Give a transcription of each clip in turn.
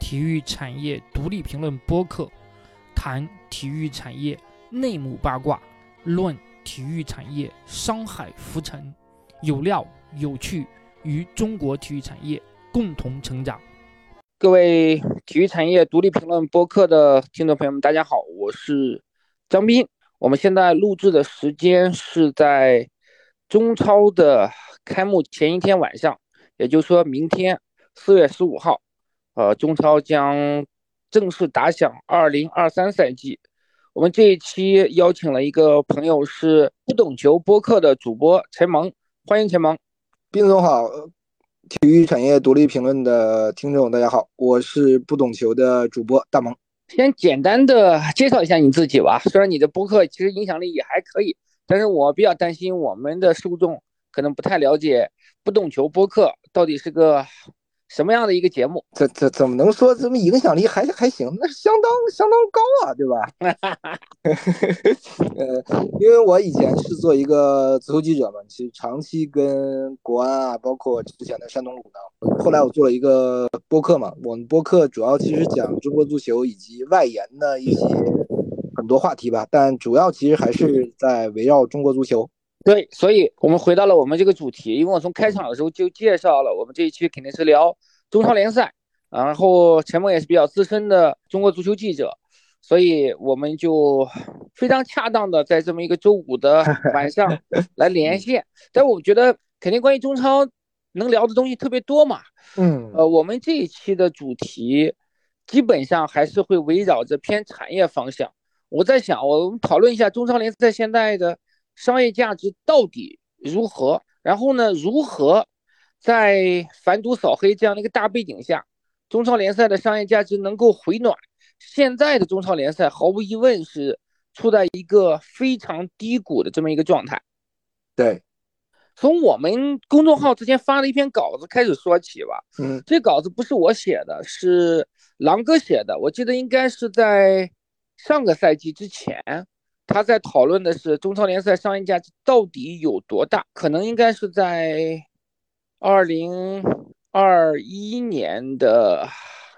体育产业独立评论播客，谈体育产业内幕八卦，论体育产业商海浮沉，有料有趣，与中国体育产业共同成长。各位体育产业独立评论播客的听众朋友们，大家好，我是张斌。我们现在录制的时间是在中超的开幕前一天晚上，也就是说明天4月15号，中超将正式打响2023赛季。我们这一期邀请了一个朋友，是不懂球播客的主播陈萌，欢迎陈萌。 斌总好，体育产业独立评论的听众大家好，我是不懂球的主播大萌。 先简单的介绍一下你自己吧，虽然你的播客其实影响力也还可以，但是我比较担心我们的受众可能不太了解不懂球播客到底是个什么样的一个节目。 怎么能说这么影响力还行？那是相当高啊，对吧？因为我以前是做一个足球记者嘛，其实长期跟国安啊，包括之前的山东鲁能，后来我做了一个播客嘛，我们播客主要其实讲中国足球以及外延的一些很多话题吧，但主要其实还是在围绕中国足球。 对，所以我们回到了我们这个主题，因为我从开场的时候就介绍了，我们这一期肯定是聊中超联赛，然后陈梦也是比较资深的中国足球记者，所以我们就非常恰当的在这么一个周五的晚上来连线。但我觉得肯定关于中超能聊的东西特别多嘛，我们这一期的主题基本上还是会围绕着偏产业方向。我在想，我们讨论一下中超联赛现在的商业价值到底如何，然后呢，如何在反赌扫黑这样的一个大背景下，中超联赛的商业价值能够回暖。现在的中超联赛毫无疑问是处在一个非常低谷的这么一个状态。 对， 从我们公众号之前发的一篇稿子开始说起吧。这稿子不是我写的，是狼哥写的，我记得应该是在上个赛季之前，他在讨论的是中超联赛商业价值到底有多大，可能应该是在2021年的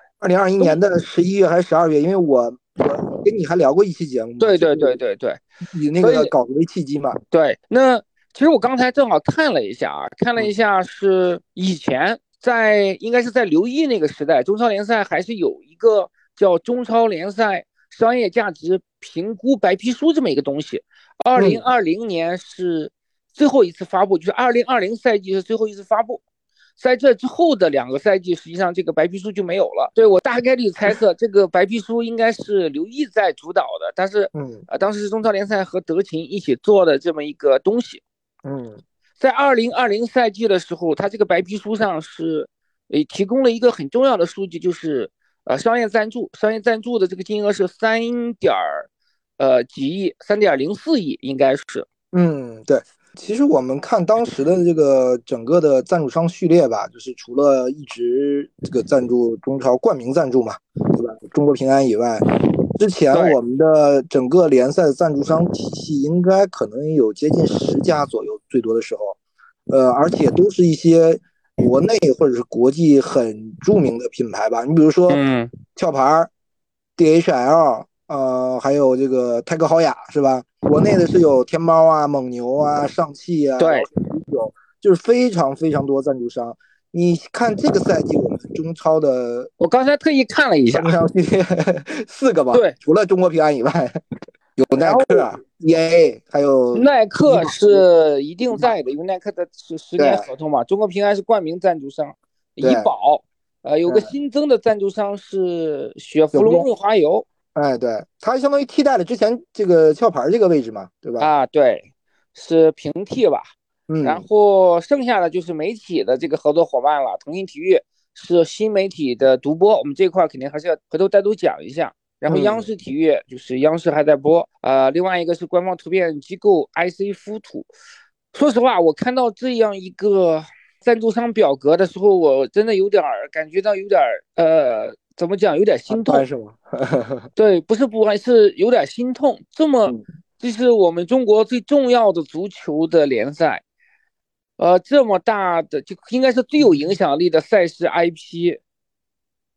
11月还是12月，因为我跟你还聊过一期节目嘛， 对， 以那个稿子为契机嘛。 对，那其实我刚才正好看了一下，是以前应该是在刘毅那个时代，中超联赛还是有一个叫中超联赛商业价值评估白皮书这么一个东西。2020年是最后一次发布，就是2020赛季是最后一次发布。在这之后的2个赛季，实际上这个白皮书就没有了。对，我大概率猜测，这个白皮书应该是刘毅在主导的，但是当时是中超联赛和德勤一起做的这么一个东西。在2020赛季的时候，他这个白皮书上是提供了一个很重要的数据，就是商业赞助的这个金额是3点几亿，3.04亿应该是。 对。其实我们看当时的这个整个的赞助商序列吧，就是除了一直这个赞助中超冠名赞助嘛，对吧？中国平安以外，之前我们的整个联赛的赞助商体系应该可能有接近10家左右，最多的时候，而且都是一些国内或者是国际很著名的品牌吧。你比如说，壳牌、DHL。还有这个泰格豪雅是吧？国内的是有天猫啊、蒙牛啊、上汽啊， 对， 就是非常非常多赞助商。你看这个赛季我们中超的， 我刚才特意看了一下， 赞助商序列4个吧， 对， 除了中国平安以外，有耐克、EA， 还有耐克是一定在的，因为耐克的是10年合同嘛。中国平安是冠名赞助商，怡宝，有个新增的赞助商是雪佛龙润滑油。 对，它相当于替代了之前这个壳牌这个位置嘛，对吧？ 对，是平替吧。然后剩下的就是媒体的这个合作伙伴了。腾讯体育是新媒体的独播，我们这块肯定还是要回头单独讲一下。然后央视体育就是央视还在播，另外一个是官方图片机构 IC 富土。说实话，我看到这样一个赞助商表格的时候，我真的感觉到有点怎么讲，有点心痛， 是吗？ 对，不是不安，是有点心痛。这是我们中国最重要的足球的联赛，这么大的就应该是最有影响力的赛事 IP，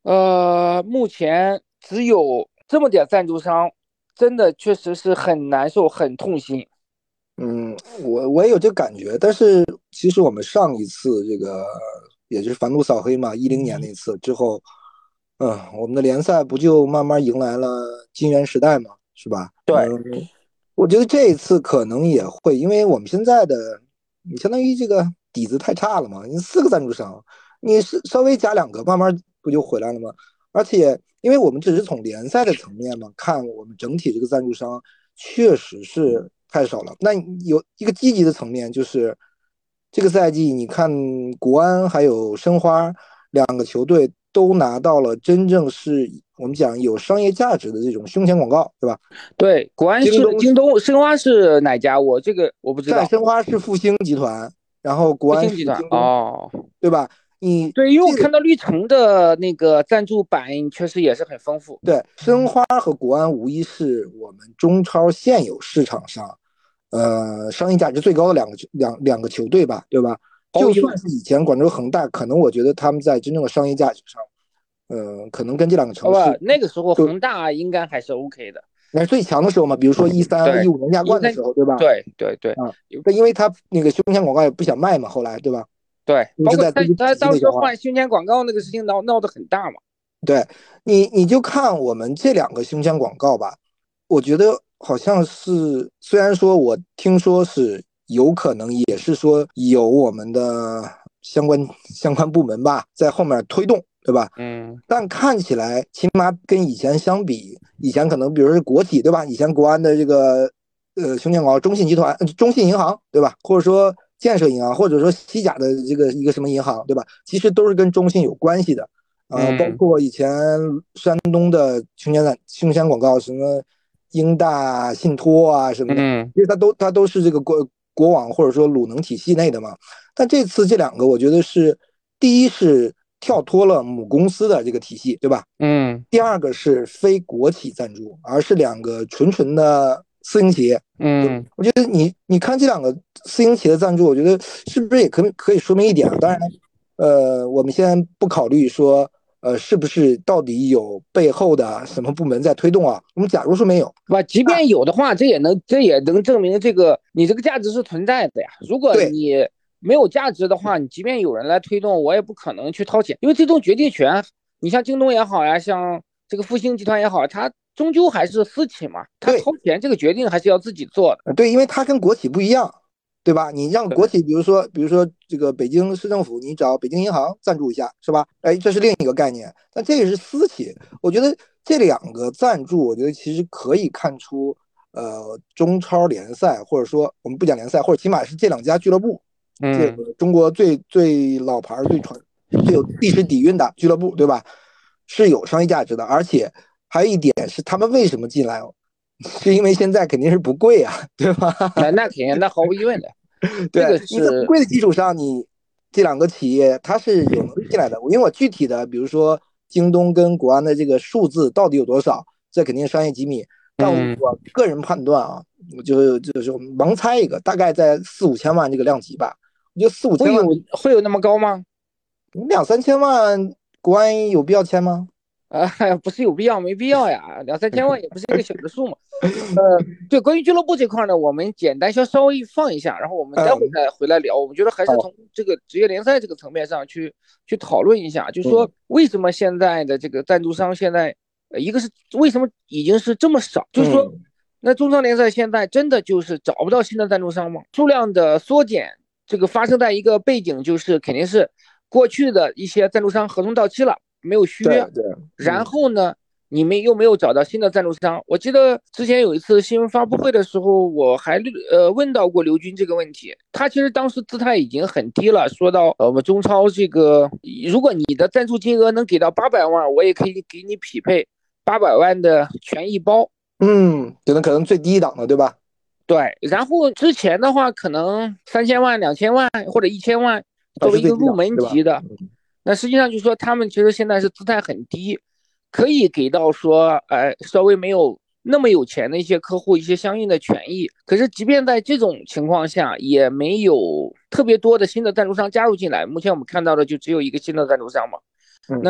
目前只有这么点赞助商，真的确实是很难受，很痛心。 嗯，我也有这个感觉，但是其实我们上一次这个也就是反赌扫黑嘛，2010年那次之后，我们的联赛不就慢慢迎来了金元时代嘛，是吧？ 对， 我觉得这一次可能也会，因为我们现在的你相当于这个底子太差了嘛，你4个赞助商，你是稍微加2个，慢慢不就回来了吗？而且因为我们只是从联赛的层面嘛看，我们整体这个赞助商确实是太少了。那有一个积极的层面，就是这个赛季你看国安还有申花2个球队都拿到了真正是我们讲有商业价值的这种胸前广告，对吧？ 对，国安是京东京东，申花是哪家？我这个我不知道。 申花是复兴集团，然后国安复兴集团是京东， 哦， 对吧？你对，因为我这个看到绿城的那个赞助版确实也是很丰富。 对申花和国安无疑是我们中超现有市场上，商业价值最高的两个球队吧，对吧？就毫无疑问。 算是以前广州恒大，可能我觉得他们在真正的商业价值上，可能跟这2个城市不，那个时候就恒大应该还是 OK 的。 那是最强的时候嘛，比如说13、 对， 15年亚冠的 13， 时候，对吧？ 对对对啊，但因为他那个胸前广告也不想卖嘛，后来对吧？ 对，包括一直在自己他当时体系内消化。 换胸前广告那个事情闹得很大嘛。 对你就看我们这2个胸前广告吧，我觉得好像是，虽然说我听说是有可能，也是说有我们的相关部门吧，在后面推动，对吧？ 嗯但看起来，起码跟以前相比，以前可能比如说是国企，对吧？以前国安的这个胸前广告，中信集团、中信银行，对吧？或者说建设银行，或者说西甲的这个一个什么银行，对吧？其实都是跟中信有关系的。包嗯括以前山东的胸前广告，什么英大信托啊什么的， 嗯， 其实它都是这个国网或者说鲁能体系内的嘛。但这次这2个，我觉得是第一是跳脱了母公司的这个体系，对吧？ 嗯第二个是非国企赞助，而是2个纯的私营企业。 嗯， 我觉得你看这2个私营企业的赞助，我觉得是不是也可以说明一点啊？当然，我们先不考虑说，是不是到底有背后的什么部门在推动啊？我们假如说没有， 不，即便有的话，这也能证明这个你这个价值是存在的呀。如果对你没有价值的话，你即便有人来推动，我也不可能去掏钱，因为最终决定权，你像京东也好呀，像这个复兴集团也好，它终究还是私企嘛，它对， 掏钱这个决定还是要自己做的。 对，因为它跟国企不一样，对吧？你让国对， 企，比如说这个北京市政府，你找北京银行赞助一下，是吧？哎，这是另一个概念。但这个是私企，我觉得这2个赞助，我觉得其实可以看出，中超联赛或者说我们不讲联赛，或者起码是这2家俱乐部，这嗯， 个中国最老牌、最有历史底蕴的俱乐部，对吧？是有商业价值的，而且还有一点是，他们为什么进来？是因为现在肯定是不贵啊，对吧？ 那肯定，那毫无疑问的，这对， 个你在不是贵的基础上，你这2个企业它是有能力进来的。因为我具体的，比如说京东跟国安的这个数字到底有多少，这肯定是商业机密。但嗯， 我个人判断啊，就是盲猜一个，大概在4、5千万这个量级吧。我觉得四五千万， 会有那么高吗？ 2、3千万，国安有必要签吗？ 啊，不是有必要没必要呀，2、3千万也不是一个小的数目。对，关于俱乐部这块呢，我们简单先稍微放一下，然后我们待会嗯， 再回来聊。我们觉得还是好， 从这个职业联赛这个层面上去讨论一下，就是说嗯为什么现在的这个赞助商现在，一个是为什么已经是这么少，就是说， 嗯那中超联赛现在真的就是找不到新的赞助商吗？数量的缩减，这个发生在一个背景就是肯定是过去的一些赞助商合同到期了，没有续约， 对对， 然后呢？你们又没有找到新的赞助商。我记得之前有一次新闻发布会的时候，我还问到过刘军这个问题。他其实当时姿态已经很低了，说到我们中超这个，如果你的赞助金额能给到800万，我也可以给你匹配800万的权益包。 可能最低档的，对吧？ 对，然后之前的话可能3000万、2000万或者1000万作为一还是最低档， 个入门对吧？ 级的，那实际上就是说他们其实现在是姿态很低，可以给到说，稍微没有那么有钱的一些客户一些相应的权益。可是即便在这种情况下，也没有特别多的新的赞助商加入进来。目前我们看到的就只有一个新的赞助商嘛。 嗯那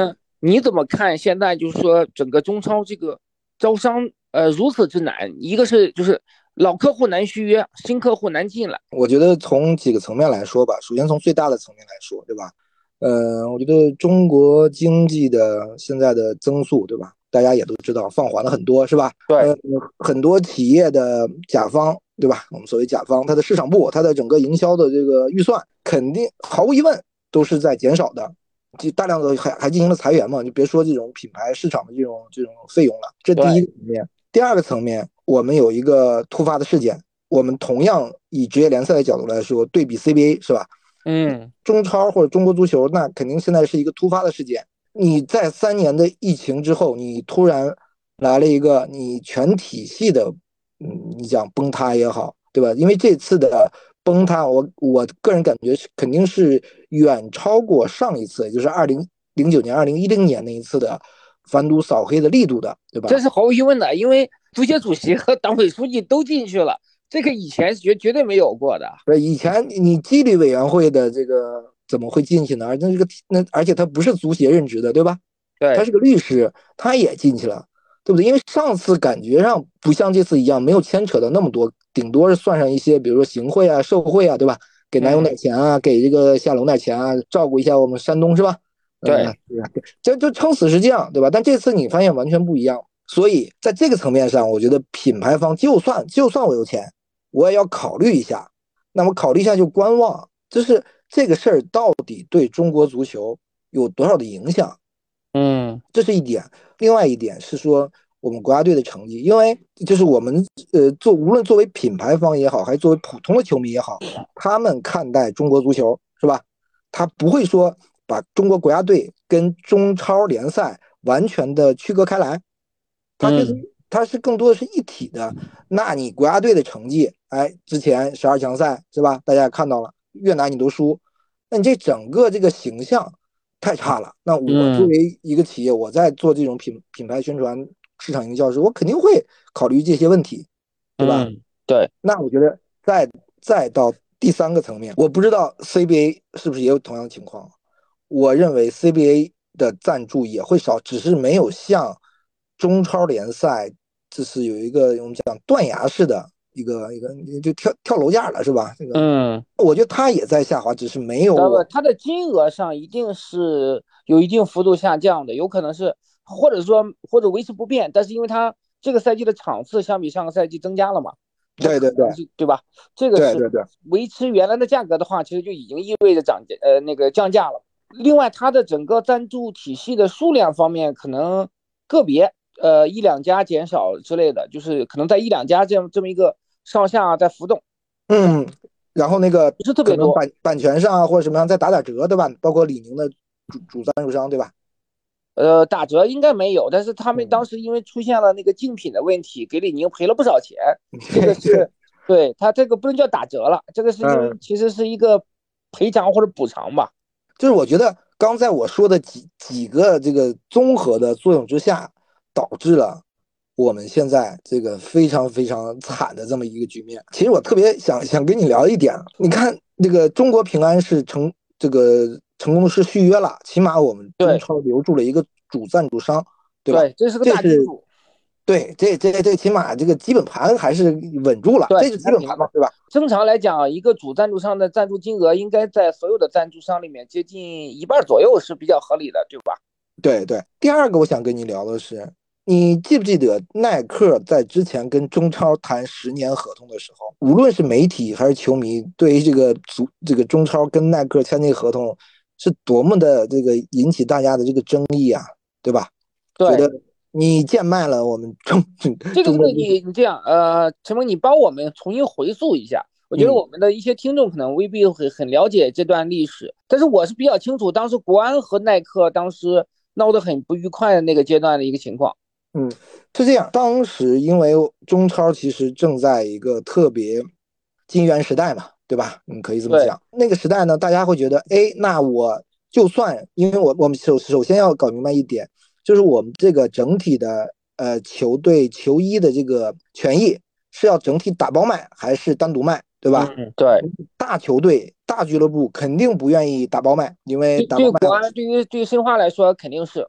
你怎么看现在就是说整个中超这个招商如此之难？一个是就是老客户难续约，新客户难进来。 我觉得从几个层面来说吧，首先从最大的层面来说，对吧？我觉得中国经济的现在的增速，对吧？大家也都知道放缓了很多，是吧？ 对， 很多企业的甲方，对吧？我们所谓甲方，它的市场部，它的整个营销的这个预算，肯定毫无疑问都是在减少的，就大量的还进行了裁员嘛，就别说这种品牌市场的这种费用了。这第一个层面。第二个层面，我们有一个突发的事件，我们同样以职业联赛的角度来说，对比 CBA 是吧？中超或者中国足球，那肯定现在是一个突发的事件。你在3年的疫情之后，你突然来了一个你全体系的，你讲崩塌也好，对吧？因为这次的崩塌，我个人感觉是肯定是远超过上一次，也就是2009年、2010年那一次的反赌扫黑的力度的，对吧？ 这是毫无疑问的，因为足协主席和党委书记都进去了，这个以前绝对没有过的。 以前你纪律委员会的这个怎么会进去呢？而且他不是足协任职的，对吧？ 对， 他是个律师，他也进去了，对不对？因为上次感觉上不像这次一样，没有牵扯到那么多，顶多是算上一些，比如说行贿啊、受贿啊，对吧？给南勇点钱啊，给这个夏龙点钱啊，照顾一下我们山东，是吧？ 对， 就撑死是这样，对吧？但这次你发现完全不一样，所以在这个层面上，我觉得品牌方就算我有钱，我也要考虑一下。那么考虑一下就观望，就是这个事儿到底对中国足球有多少的影响？这是一点。另外一点是说我们国家队的成绩，因为就是我们无论作为品牌方也好，还是作为普通的球迷也好，他们看待中国足球是吧？他不会说把中国国家队跟中超联赛完全的区隔开来，它是更多的是一体的。那你国家队的成绩，哎，之前12强赛是吧？大家也看到了，越南你都输，那你这整个这个形象太差了。那我作为一个企业，我在做这种品牌宣传、市场营销时，我肯定会考虑这些问题，对吧？ 对。 那我觉得再到第三个层面，我不知道 CBA 是不是也有同样的情况。我认为 CBA 的赞助也会少，只是没有像中超联赛，就是有一个我们讲断崖式的一个就跳楼价了，是吧？这个，我觉得它也在下滑，只是没有它的金额上一定是有一定幅度下降的，有可能是或者维持不变，但是因为它这个赛季的场次相比上个赛季增加了嘛， 对对吧？这个是对维持原来的价格的话，其实就已经意味着降价了。另外，它的整个赞助体系的数量方面，可能个别一两家减少之类的，就是可能在一两家这么一个上下在浮动。 然后那个不是特别多， 可能版权上啊或者什么样再打点折，对吧？包括李宁的主赞助商，对吧？ 打折应该没有，但是他们当时因为出现了那个竞品的问题，给李宁赔了不少钱。这个是对他这个不能叫打折了，这个是因为其实是一个赔偿或者补偿吧。 就是我觉得刚才我说的几个这个综合的作用之下，导致了我们现在这个非常非常惨的这么一个局面。其实我特别想跟你聊一点，你看这个中国平安是成功是续约了，起码我们中超留住了一个主赞助商，对吧？ 对，这是个大金主。 对，这起码这个基本盘还是稳住了，这是基本盘嘛，对吧？ 正常来讲，一个主赞助商的赞助金额应该在所有的赞助商里面接近一半左右是比较合理的，对吧？ 对。第二个我想跟你聊的是，你记不记得耐克在之前跟中超谈10年合同的时候，无论是媒体还是球迷，对于这个中超跟耐克签这个合同是多么的这个引起大家的这个争议啊，对吧？ 对， 觉得你贱卖了我们这个你这样，陈峰，你帮我们重新回溯一下。我觉得我们的一些听众可能未必会很了解这段历史，但是我是比较清楚当时国安和耐克当时闹得很不愉快的那个阶段的一个情况。 是这样，当时因为中超其实正在一个特别金元时代嘛，对吧？可以这么讲。那个时代呢，大家会觉得，哎，那我就算，因为我们首先要搞明白一点，就是我们这个整体的球队球衣的这个权益是要整体打包卖还是单独卖，对吧？ 对， 大球队大俱乐部肯定不愿意打包卖，因为打包卖对国安对于申花来说肯定是。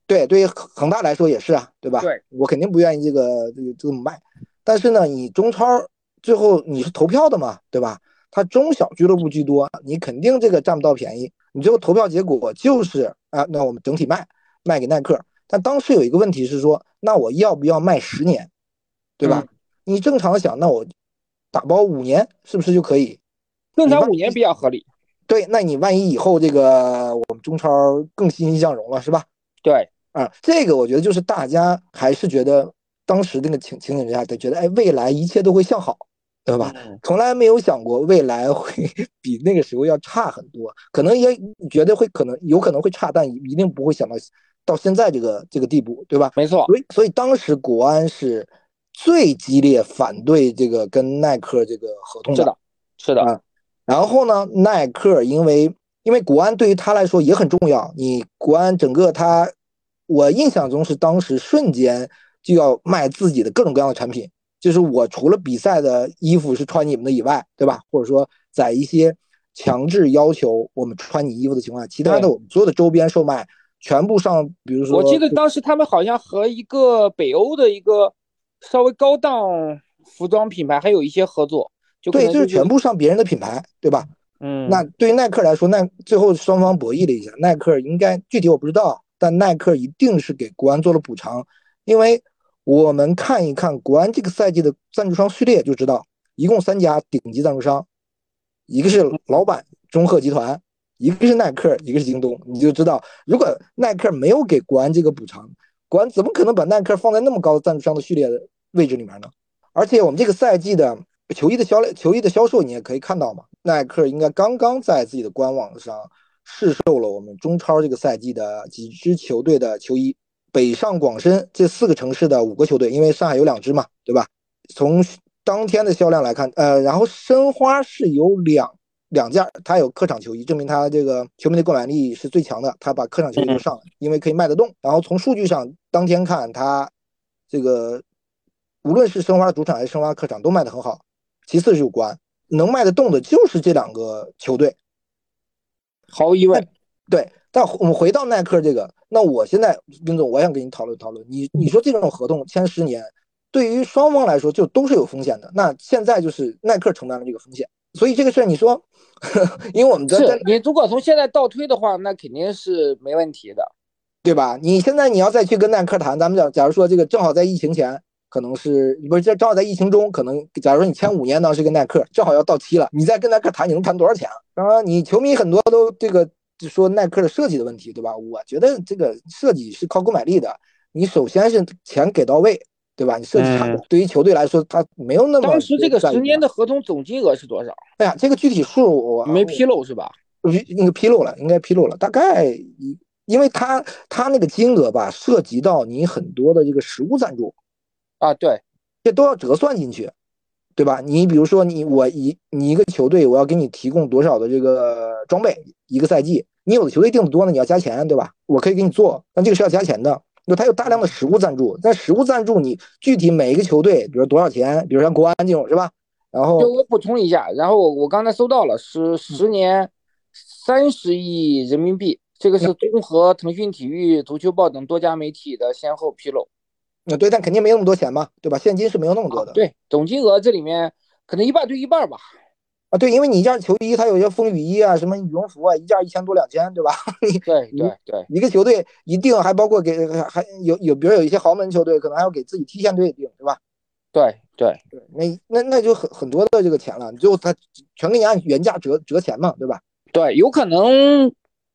对，对于恒大来说也是啊，对吧？ 对， 我肯定不愿意这个卖，但是呢，你中超最后你是投票的嘛，对吧？它中小俱乐部居多，你肯定这个占不到便宜。你最后投票结果就是啊，那我们整体卖给耐克。但当时有一个问题是说，那我要不要卖10年，对吧？ 嗯， 你正常想，那我打包5年是不是就可以？ 正常5年你万一比较合理。 对，那你万一以后这个我们中超更欣欣向荣了，是吧？ 对， 啊，这个我觉得就是大家还是觉得当时那个情景之下，得觉得哎，未来一切都会向好，对吧？ 嗯， 从来没有想过未来会比那个时候要差很多，可能也觉得会有可能会差，但一定不会想到现在这个地步，对吧？ 没错， 所以当时国安是最激烈反对这个跟耐克这个合同的是的，是的， 啊。然后呢，耐克因为国安对于他来说也很重要，你国安整个他，我印象中是当时瞬间就要卖自己的各种各样的产品，就是我除了比赛的衣服是穿你们的以外，对吧？或者说在一些强制要求我们穿你衣服的情况下，其他的对。 我们所有的周边售卖全部上，比如我记说得当时他们好像和一个北欧的一个稍微高档服装品牌还有一些合作，就可对，就是能就是全部上别人的品牌，对吧？那嗯对于耐克来说，最后双方博弈了一下，耐克应该具体我不知道，但耐克一定是给国安做了补偿，因为我们看一看国安这个赛季的赞助商序列就知道，一共3家顶级赞助商，一个是老板中赫集团，一个是耐克，一个是京东，你就知道，如果耐克没有给国安这个补偿，国安怎么可能把耐克放在那么高的赞助商的序列的位置里面呢？而且我们这个赛季的球衣的销售，你也可以看到嘛，耐克应该刚刚在自己的官网上试售了我们中超这个赛季的几支球队的球衣，北上广深这4个城市的5个球队，因为上海有2支嘛，对吧？从当天的销量来看，然后申花是有两件，它有客场球衣，证明它这个球迷的购买力是最强的，它把客场球衣都嗯， 上了，因为可以卖得动。然后从数据上，当天看它这个无论是申花主场还是申花客场都卖得很好。其次是有关，能卖得动的就是这2个球队。那毫无疑问， 对，但我们回到耐克这个，那我现在林总，我想跟你讨论讨论，你说这种合同签10年，对于双方来说就都是有风险的。那现在就是耐克承担了这个风险，所以这个事儿你说，因为我们是你如果从现在倒推的话，那肯定是没问题的。 对吧？你现在你要再去跟耐克谈，咱们假如说这个正好在疫情前，可能是不是正好在疫情中，可能假如说你签5年，当时跟耐克正好要到期了，你再跟耐克谈，你能谈多少钱啊？当然，你球迷很多都这个就说耐克的设计的问题，对吧？我觉得这个设计是靠购买力的，你首先是钱给到位，对吧？你设计产品嗯， 对于球队来说，他没有那么当时这个十在意的。 年的合同总金额是多少？ 哎呀，这个具体数没披露是吧？ 那个披露了，应该披露了，大概因为他那个金额吧，涉及到你很多的这个实物赞助， 啊，对， 这都要折算进去，对吧？你比如说你一个球队，我要给你提供多少的这个装备一个赛季，你有的球队定的多呢，你要加钱，对吧？我可以给你做，但这个是要加钱的。就它有大量的实物赞助，但实物赞助你具体每一个球队，比如多少钱，比如像国安这种是吧？然后就我补充一下，然后我刚才搜到了是10年30亿人民币，这个是综合腾讯体育、足球报等多家媒体的先后披露。 对，但肯定没有那么多钱嘛，对吧？现金是没有那么多的。 对，总金额这里面可能一半对一半吧。 啊，对，因为你一件球衣，它有些风雨衣啊，什么羽绒服啊，一件1000多2000，对吧？ 对你对对一个球队一定还包括还有，比如有一些豪门球队，可能还要给自己踢线队定，对吧？ 对对对，那就很多的这个钱了，最后他全给你按原价折钱嘛，对吧？ 对，有可能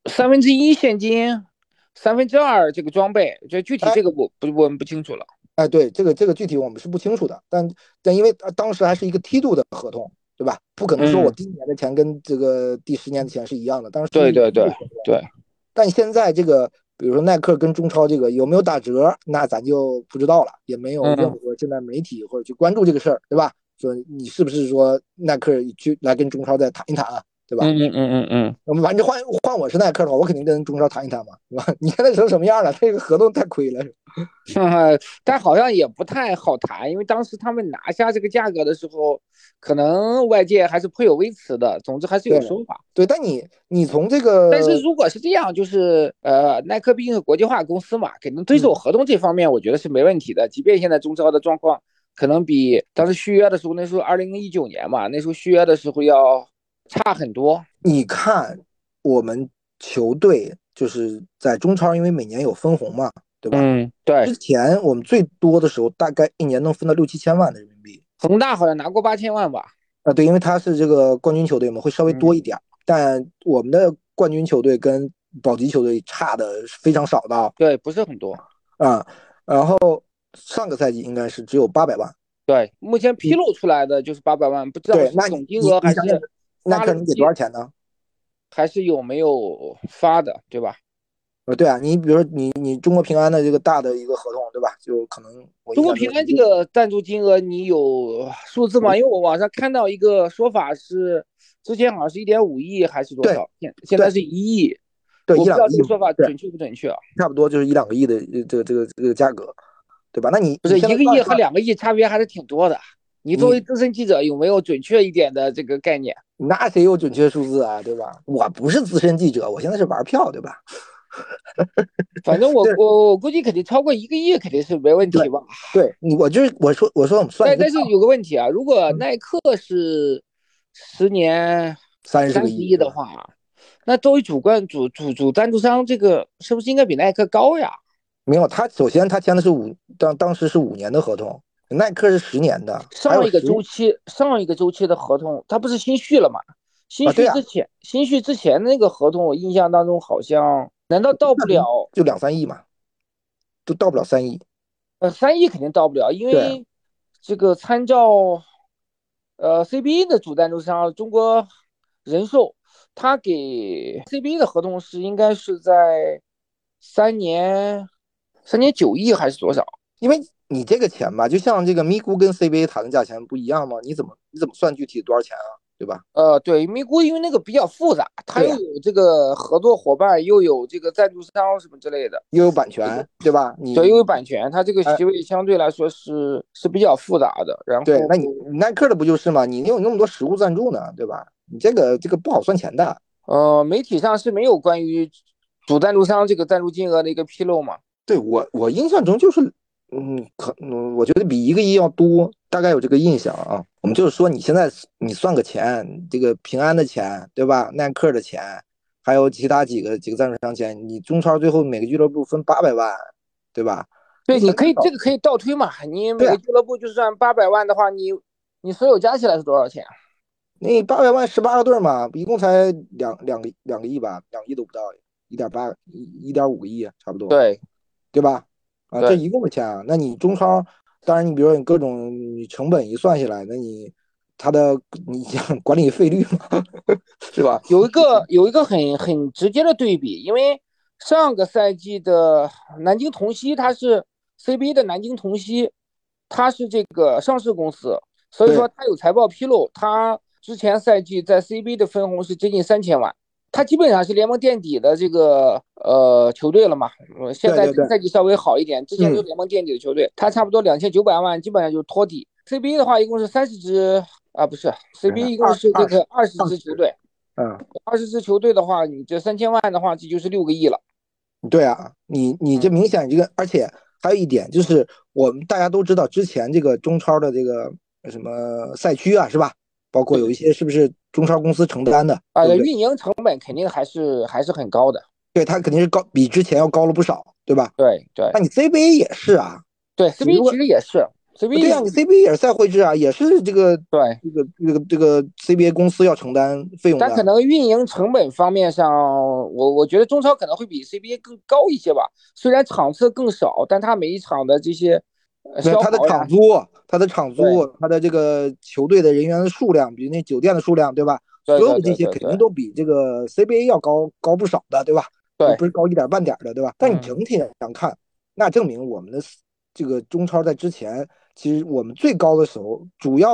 1/3现金，2/3这个装备，这具体哎这个我们不清楚了。 哎，对，这个具体我们是不清楚的，但因为当时还是一个梯度的合同，对吧？不可能说我嗯， 第1年的钱跟这个第10年的钱是一样的，当时是一对对对个合同。 对， 但现在这个，比如说耐克跟中超这个有没有打折，那咱就不知道了，也没有任嗯， 何现在媒体或者去关注这个事儿，对吧？说你是不是说耐克去来跟中超再谈一谈啊？ 对吧？ 嗯。 反正换我是耐克的话，我肯定跟中超谈一谈嘛，对吧？你看他成什么样了？这个合同太亏了。 但好像也不太好谈，因为当时他们拿下这个价格的时候，可能外界还是颇有微词的。总之还是有说法。 对，但你从这但是个， 如果是这样，就是耐克毕竟是国际化公司嘛，肯定对手合同这方面我觉得是没问题的。即便现在中超的状况可能比当时续约的时候，那时候2019年嘛，那时候续约的时候要差很多。 你看我们球队就是在中超，因为每年有分红嘛，对吧？ 对。 之前我们最多的时候，大概一年能分到6、7千万的人民币。 恒大好像拿过8000万吧？ 对，因为他是这个冠军球队嘛，会稍微多一点。但我们的冠军球队跟保级球队差的非常少的。 对，不是很多啊。然后上个赛季应该是只有800万。 对，目前披露出来的就是800万，不知道对， 是那总金额还你想想， 是耐发了克能给多少钱呢？ 还是有没有发的，对吧？ 对啊，你比如说你中国平安的这个大的一个合同，对吧？就可能我印象中中国平安这个赞助金额你有数字吗？因为我网上看到一个说法是，之前好像是1.5亿还是多对少，现在是1亿， 对我不知道这 1、2个亿， 个说法对， 准确不准确啊？ 差不多就是1、2个亿的这个价格，对吧？那你不是现在 1个亿和算一算， 2个亿差别还是挺多的。你作为你资深记者有没有准确一点的这个概念？ 那谁有准确数字啊，对吧？我不是资深记者，我现在是玩票，对吧？ 反正我对我我估计肯定超过1个亿肯定是没问对题吧。 对，我说我们算一个账。 但是有个问题啊，如果耐克是10年30亿 30个亿，对吧？ 的话，那作为主赞助商，这个是不是应该比耐克高呀？ 没有，首先他签的是当时是5年的合同，耐克是10年的，还有上一个周期的合同，它不是新续了吗？ 对啊， 新续之前那个合同，我印象当中好像，难道到不了就2、3亿嘛，都到不了3亿。 3亿肯定到不了，因对为这个参照CBA 的主赞助商中国人寿，他给 CBA 的合同是应该是在3年9亿还是多少？ 因为你这个钱吧，就像这个咪咕跟 CBA 谈的价钱不一样吗？你怎么算具体多少钱啊？对吧？ 对，咪咕因为那个比较复杂，它对呀、 又有这个合作伙伴，又有这个赞助商什么之类的， 又有版权，对吧？ 对，又有版权，它这个哎， 席位相对来说是比较复杂的。然对， 后， 那你耐克的不就是吗？你有那么多实物赞助呢，对吧？你这个不好算钱的。 媒体上是没有关于主赞助商这个赞助金额的一个披露嘛？ 对我印象中就是，我觉得比1个亿要多，大概有这个印象啊。我们就是说，你现在你算个钱，这个平安的钱，对吧？耐克的钱，还有其他几个赞助商钱，你中超最后每个俱乐部分800万，对吧？那对，你可以钱太少。 这个可以倒推嘛？你每对啊， 个俱乐部就算800万的话，你所有加起来是多少钱？ 那800万18个队嘛，一共才两个亿吧，2亿都不到，1.5个亿差不多， 对对吧？啊，这对， 一共的钱啊，那你中超，当然你比如说你各种你成本一算下来，那它的你想管理费率嘛，是吧？ 有一个很直接的对比，因为上个赛季的南京同曦，它是 CBA 的南京同曦，它是这个上市公司，所以对说它有财报披露，它之前赛季在 CBA 的分红是接近3000万，它基本上是联盟垫底的这个球队了嘛。现对对对， 在这个赛季稍微好一点，之前都是嗯， 联盟垫底的球队，它差不多2900万，基本上就是托底。CBA 的话，一共是30支啊，不是 CBA 一共是这个20支球队， 嗯， 20支球队的话，你这3000万的话，这就是6个亿了。 对啊，你这嗯， 明显这个，而且还有一点就是，我们大家都知道之前这个中超的这个什么赛区啊，是吧？包括有一些是不是中超公司承担的，对不对？ 运营成本肯定还是很高的。 对，它肯定是高，比之前要高了不少，对吧？ 对对那你 CBA 也是啊， 对你如 ，CBA 其果实也是对呀、你 CBA。 CBA 也是赛会制啊，也是这个对， CBA 公司要承担费用的。 但可能运营成本方面上，我觉得中超可能会比 CBA 更高一些吧。虽然场次更少，但它每一场的这些那消耗呀， 他的场对租，他的这个球队的人员的数量，比那酒店的数量，对吧？ 对对所有的这对对对些肯定都比这个 CBA 要高不少的，对吧？ 对， 不是高一点半点的，对吧？但你整嗯。 体上看，那证明我们的这个中超在之前，其实我们最高的时候，主要的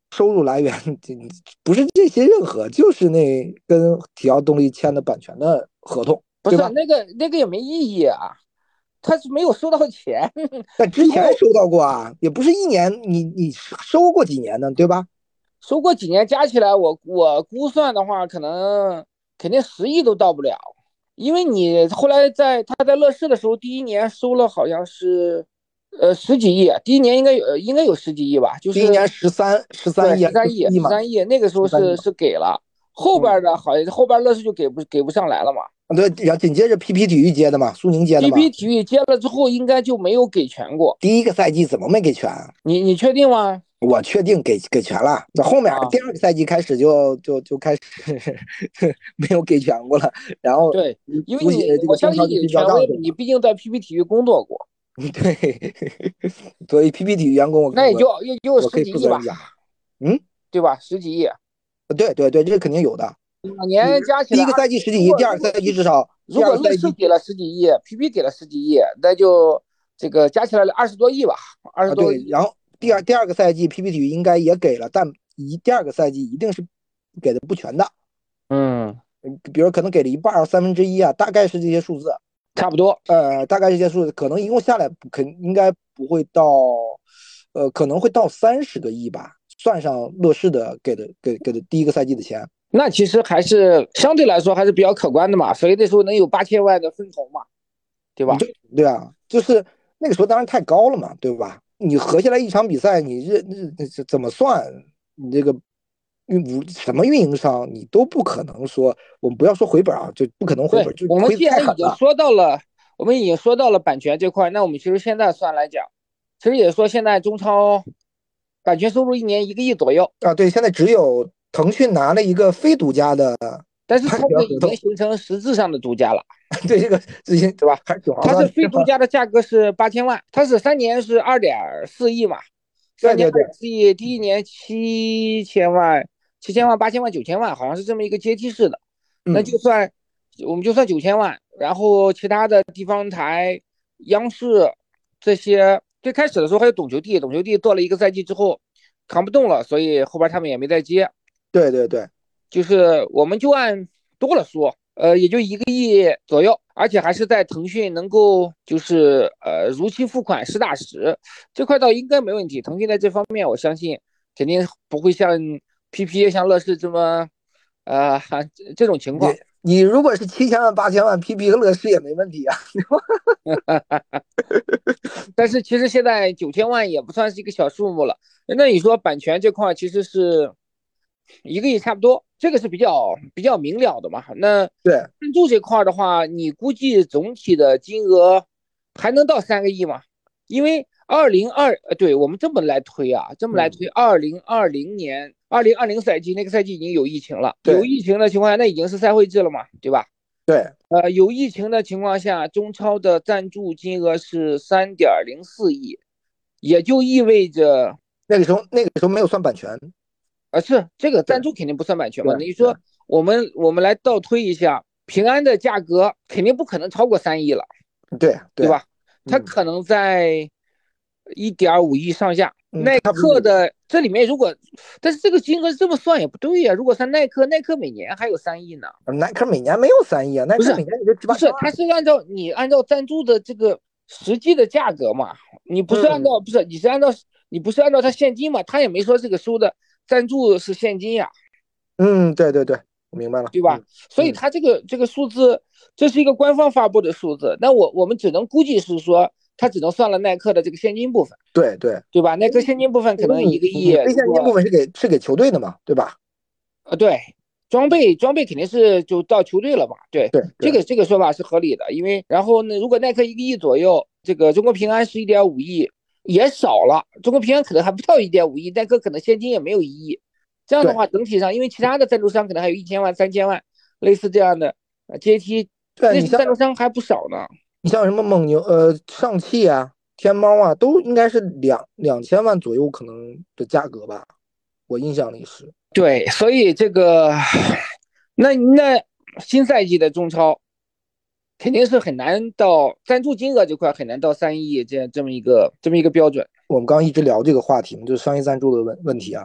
收入来源不是这些任何，就是那跟体奥动力签的版权的合同， 不是对吧？ 那个也没意义啊，他是没有收到钱。 但之前收到过啊，也不是一年，你收过几年呢，对吧？ 收过几年加起来，我估算的话，肯定10亿都到不了，因为你后来他在乐视的时候，第一年收了好像是十几亿，第一年应该有十几亿吧，就是第一年十三亿， 对十 14亿嘛， 三亿，那个时候 13亿嘛。 是给了，后边的好像后边乐视就给不上来了嘛。 对，然后紧接着 PP 体育接的嘛，苏宁接的嘛。 PP 体育接了之后，应该就没有给全过。 第一个赛季怎么没给全？ 你确定吗？ 我确定给全了。那后面啊， 第二个赛季开始就开始没有给全过了。然后对，因为足协这个我相信中超就去交你的权威， 账去了。 你毕竟在 PP 体育工作过， 对，所以 PP 体育员工那也就我可以十几亿吧， 负责任讲。嗯， 对吧？十几亿， 对对对，这肯定有的。你 2年加起来第一个赛季十几亿， 如果第二个赛季至少第如果二个赛季乐视给了十几亿，PP 给了十几亿，那就这个加起来20多亿吧，二十啊，对， 多亿。 然后第二个赛季 PP 体育应该也给了，但第二个赛季一定是给的不全的， 嗯， 比如可能给了一半1/3啊，大概是这些数字。 差不多。 大概这些数字可能一共下来应该不会到，可能会到30个亿吧，算上乐视的给的第一个赛季的钱。 那其实还是相对来说还是比较可观的嘛，所以那时候能有8000万的分红嘛，对吧？ 对啊，就是那个时候当然太高了嘛，对吧？你合下来一场比赛，你这怎么算？你这个什么运营商，你都不可能说，我们不要说回本啊，就不可能回对， 本，就我们亏的既然已经太狠了。 说到了，我们已经说到了版权这块，那我们其实现在算来讲，其实也说现在中超版权收入一年1个亿左右， 啊！对，现在只有腾讯拿了一个非独家的但是版它这个已经权合同。 形成实质上的独家了， 对这个之前对吧？ 还是挺划它是算的。 非独家的价格是8000万，它是3年是2.4亿嘛，三年对对对， 2.4亿，第一年7000万、7000万、8000万、9000万，好像是这么一个阶梯式的。那嗯， 我们就算9000万，然后其他的地方台、央视这些，最开始的时候还有懂球帝做了一个赛季之后扛不动了，所以后边他们也没再接。 对对对就是我们就按多了说，也就1个亿左右，而且还是在腾讯能够就是如期付款实打实这块倒应该没问题。腾讯在这方面，我相信肯定不会像 PP 像乐视这么呃这种情况。 你如果是7000万8000万，PP 和乐视也没问题啊。 但是其实现在9000万也不算是一个小数目了。那你说版权这块其实是1个亿差不多，这个是比较明了的嘛。那对， 赞助这块的话，你估计总体的金额还能到3个亿吗？因为对我们这么来推啊，这么来推，2020年、2020赛季那个赛季已经有疫情了，有对疫情的情况下，那已经是赛会制了嘛，对吧？ 对， 有疫情的情况下，中超的赞助金额是3.04亿，也就意味着， 那个时候没有算版权。 是这个对赞助肯定不算版权嘛？ 对你说我们来倒推一下，平安的价格肯定不可能超过3亿了， 对对， 对吧？它可能在1.5亿上下。耐差不多。 克的这里面但是这个金额这么算也不对呀、如果算耐克每年还有3亿呢。 耐克每年没有3亿啊，耐不是克每年也就七不是， 八千万。 它是按照赞助的这个实际的价格嘛，你不是按嗯照不是你是按照你不是按照它现金嘛，他也没说这个收的赞助是现金呀， 对对对，我明白了。 对吧？所以它这个数字，这是一个官方发布的数字，那我们只能估计是说，它只能算了耐克的这个现金部分， 对对， 对吧？耐克现金部分可能一个亿， 你非现金部如果分是给球队的嘛，对吧？ 对，装备肯定是就到球队了嘛，对， 对对这个说法是合理的，因为然后呢，如果耐克1个亿左右，这个中国平安是1.5亿，也少了，中国平安可能还不到1.5亿，耐克可能现金也没有1亿，这样的对话整体上，因为其他的赞助商可能还有1000万、3000万，类似这样的阶梯， 对， 那些赞助商还不少呢。 你像什么蒙牛、上汽啊、天猫啊，都应该是2000万左右可能的价格吧，我印象里是。 对，所以这个，那新赛季的中超肯定是很难到赞助金额这块很难到3亿这么一个标准。 我们刚刚一直聊这个话题嘛，就是商业赞助的问题啊。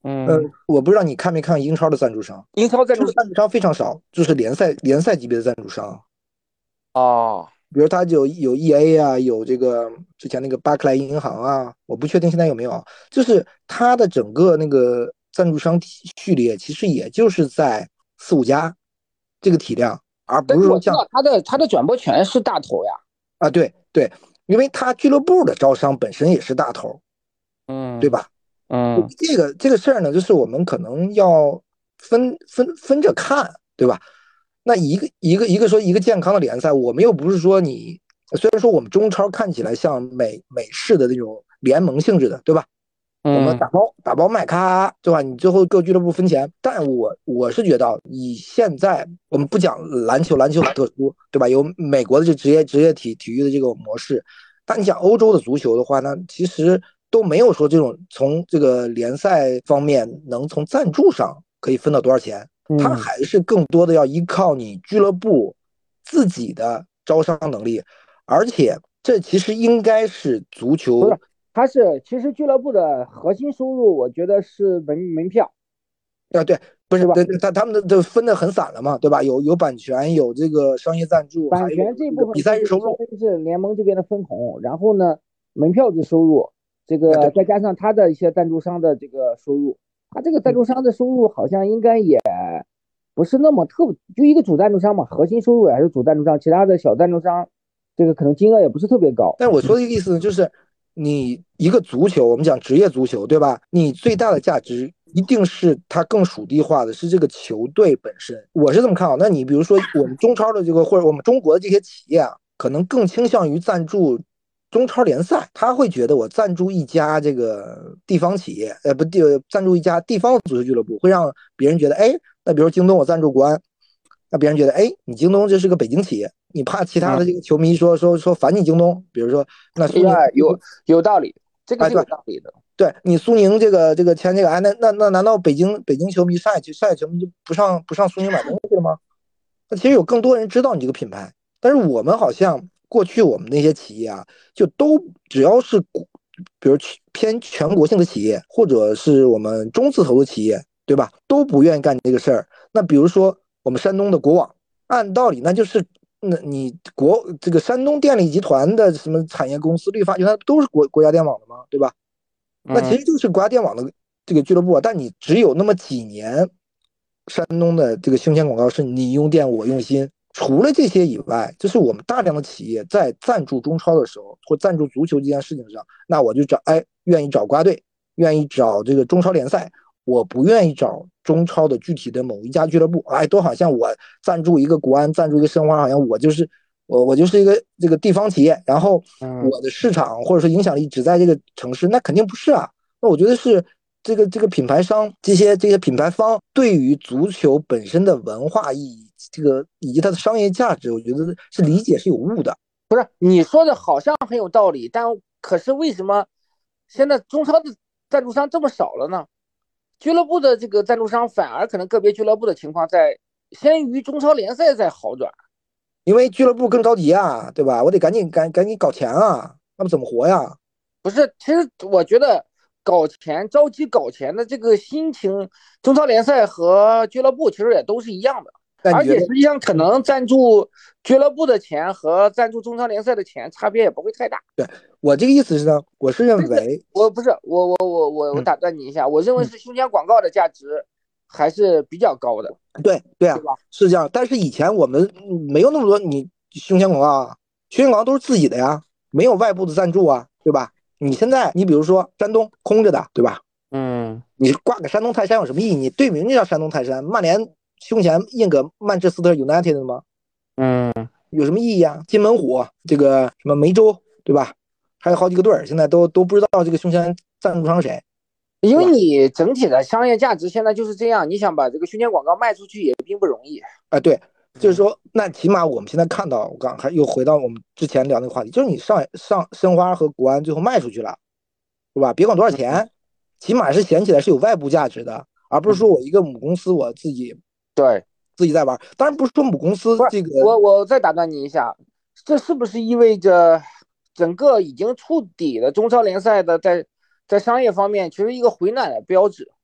嗯， 我不知道你看没看英超的赞助商， 英超赞助商这个赞助商非常少，就是联赛级别的赞助商， 哦， 比如他有 EA 啊，有这个之前那个巴克莱银行啊，我不确定现在有没有，就是它的整个那个赞助商序列，其实也就是在四五家这个体量，而但是我知不是说像道他的转播权是大头呀。 啊，对对，因为他俱乐部的招商本身也是大头，对嗯吧？ 嗯， 这个事儿呢，就是我们可能要分着看，对吧？那一个说一个健康的联赛，我们又不是说你，虽然说我们中超看起来像美式的那种联盟性质的，对吧？我们嗯， 打包卖咖，对吧？你最后各俱乐部分钱，但我是觉得，以现在我们不讲篮球，篮球很特殊，对吧？有美国的这职业体育的这个模式，但你讲欧洲的足球的话呢，其实都没有说这种从这个联赛方面能从赞助上可以分到多少钱，它嗯， 还是更多的要依靠你俱乐部自己的招商能力，而且这其实应该是足不是， 球。 其实俱乐部的核心收入，我觉得是门票， 啊，对，不是， 对吧？ 对，他们都分的很散了嘛，对吧？有版权，有这个商业赞助，还有版权这这个比部分就是赛日收入。 相当于是联盟这边的分红，然后呢，门票的收入，这啊， 个对， 再加上他的一些赞助商的这个收入，他这个赞嗯， 助商的收入好像应该也不是那么就一个主赞助商嘛，核心收入也还是主赞助商，其他的小赞助商，这个可能金额也不是特别高。 但是我说的意思呢，就是你一个足球，我们讲职业足球，对吧？你最大的价值一定是它更属地化的，是这个球队本身。我是这么看啊。那你比如说我们中超的这个，或者我们中国的这些企业啊，可能更倾向于赞助中超联赛，他会觉得我赞助一家这个地方企业，不赞助一家地方足球俱乐部，会让别人觉得，哎，那比如京东我赞助国安，那别人觉得，哎，你京东这是个北京企业，你怕其他嗯， 的这个球迷说反你京东，比如说那苏宁， 对吧？有道理，这个哎， 是有对道理的。 对，你苏宁这个签这个，哎，那难道北京球迷上海球迷就不上苏宁买东西了吗？那其实有更多人知道你这个品牌，但是我们好像过去我们那些企业啊，就都只要是比如偏全国性的企业，或者是我们中字头的企业，对吧？都不愿意干这个事儿。那比如说我们山东的国网，按道理那就是那你这个山东电力集团的什么产业公司、绿发集团都是国家电网的嘛，对吧？那嗯， 其实就是国家电网的这个俱乐部啊，但你只有那么几年，山东的这个胸前广告是你用电我用心。除了这些以外，就是我们大量的企业在赞助中超的时候，或赞助足球这件事情上，那我就愿意找国家队，愿意找这个中超联赛，我不愿意找中超的具体的某一家俱乐部，都好像我赞助一个国安，赞助一个申花，好像我就是一个这个地方企业，然后嗯， 我的市场或者说影响力只在这个城市，那肯定不是啊。那我觉得是这个品牌商这些品牌方对于足球本身的文化意义，这个以及它的商业价值，我觉得是理解是有误的。 不是你说的好像很有道理，但可是为什么现在中超的赞助商这么少了呢？俱乐部的这个赞助商反而可能个别俱乐部的情况在先于中超联赛在好转。 因为俱乐部更着急啊，对吧？我得赶紧搞钱啊，那么怎么活呀？ 不是，其实我觉得着急搞钱的这个心情，中超联赛和俱乐部其实也都是一样的，而那你觉得？ 且实际上可能赞助俱乐部的钱和赞助中超联赛的钱差别也不会太大。 对，我这个意思是呢，我是认但是为， 我不是我嗯打断你一下，我认为嗯， 是胸前广告的价值还是比较高的， 对对啊， 对吧？ 是这样。但是以前我们没有那么多你胸前广告啊，胸前广告都是自己的呀，没有外部的赞助啊，对吧？你现在你比如说山东空着的，对吧？ 嗯你挂个山东泰山有什么意义？你队名就叫山东泰山，曼联胸前印个曼彻斯特 United 的吗？ 嗯， 有什么意义啊？金门虎这个什么梅州，对吧？还有好几个队儿，现在都不知道这个胸前赞助商谁， 因为对吧？ 你整体的商业价值现在就是这样，你想把这个胸前广告卖出去也并不容易。 对，就是嗯说，那起码我们现在看到，我刚还又回到我们之前聊那个话题，就是你上申花和国安最后卖出去了，是吧？别管多少嗯钱，起码是显起来是有外部价值的，而不是说嗯， 我一个母公司我对。 自己在玩。当然不是说母公司不是这个我再打断你一下，这是不是意味着整个已经触底的中超联赛的在商业方面其实一个回暖的标志？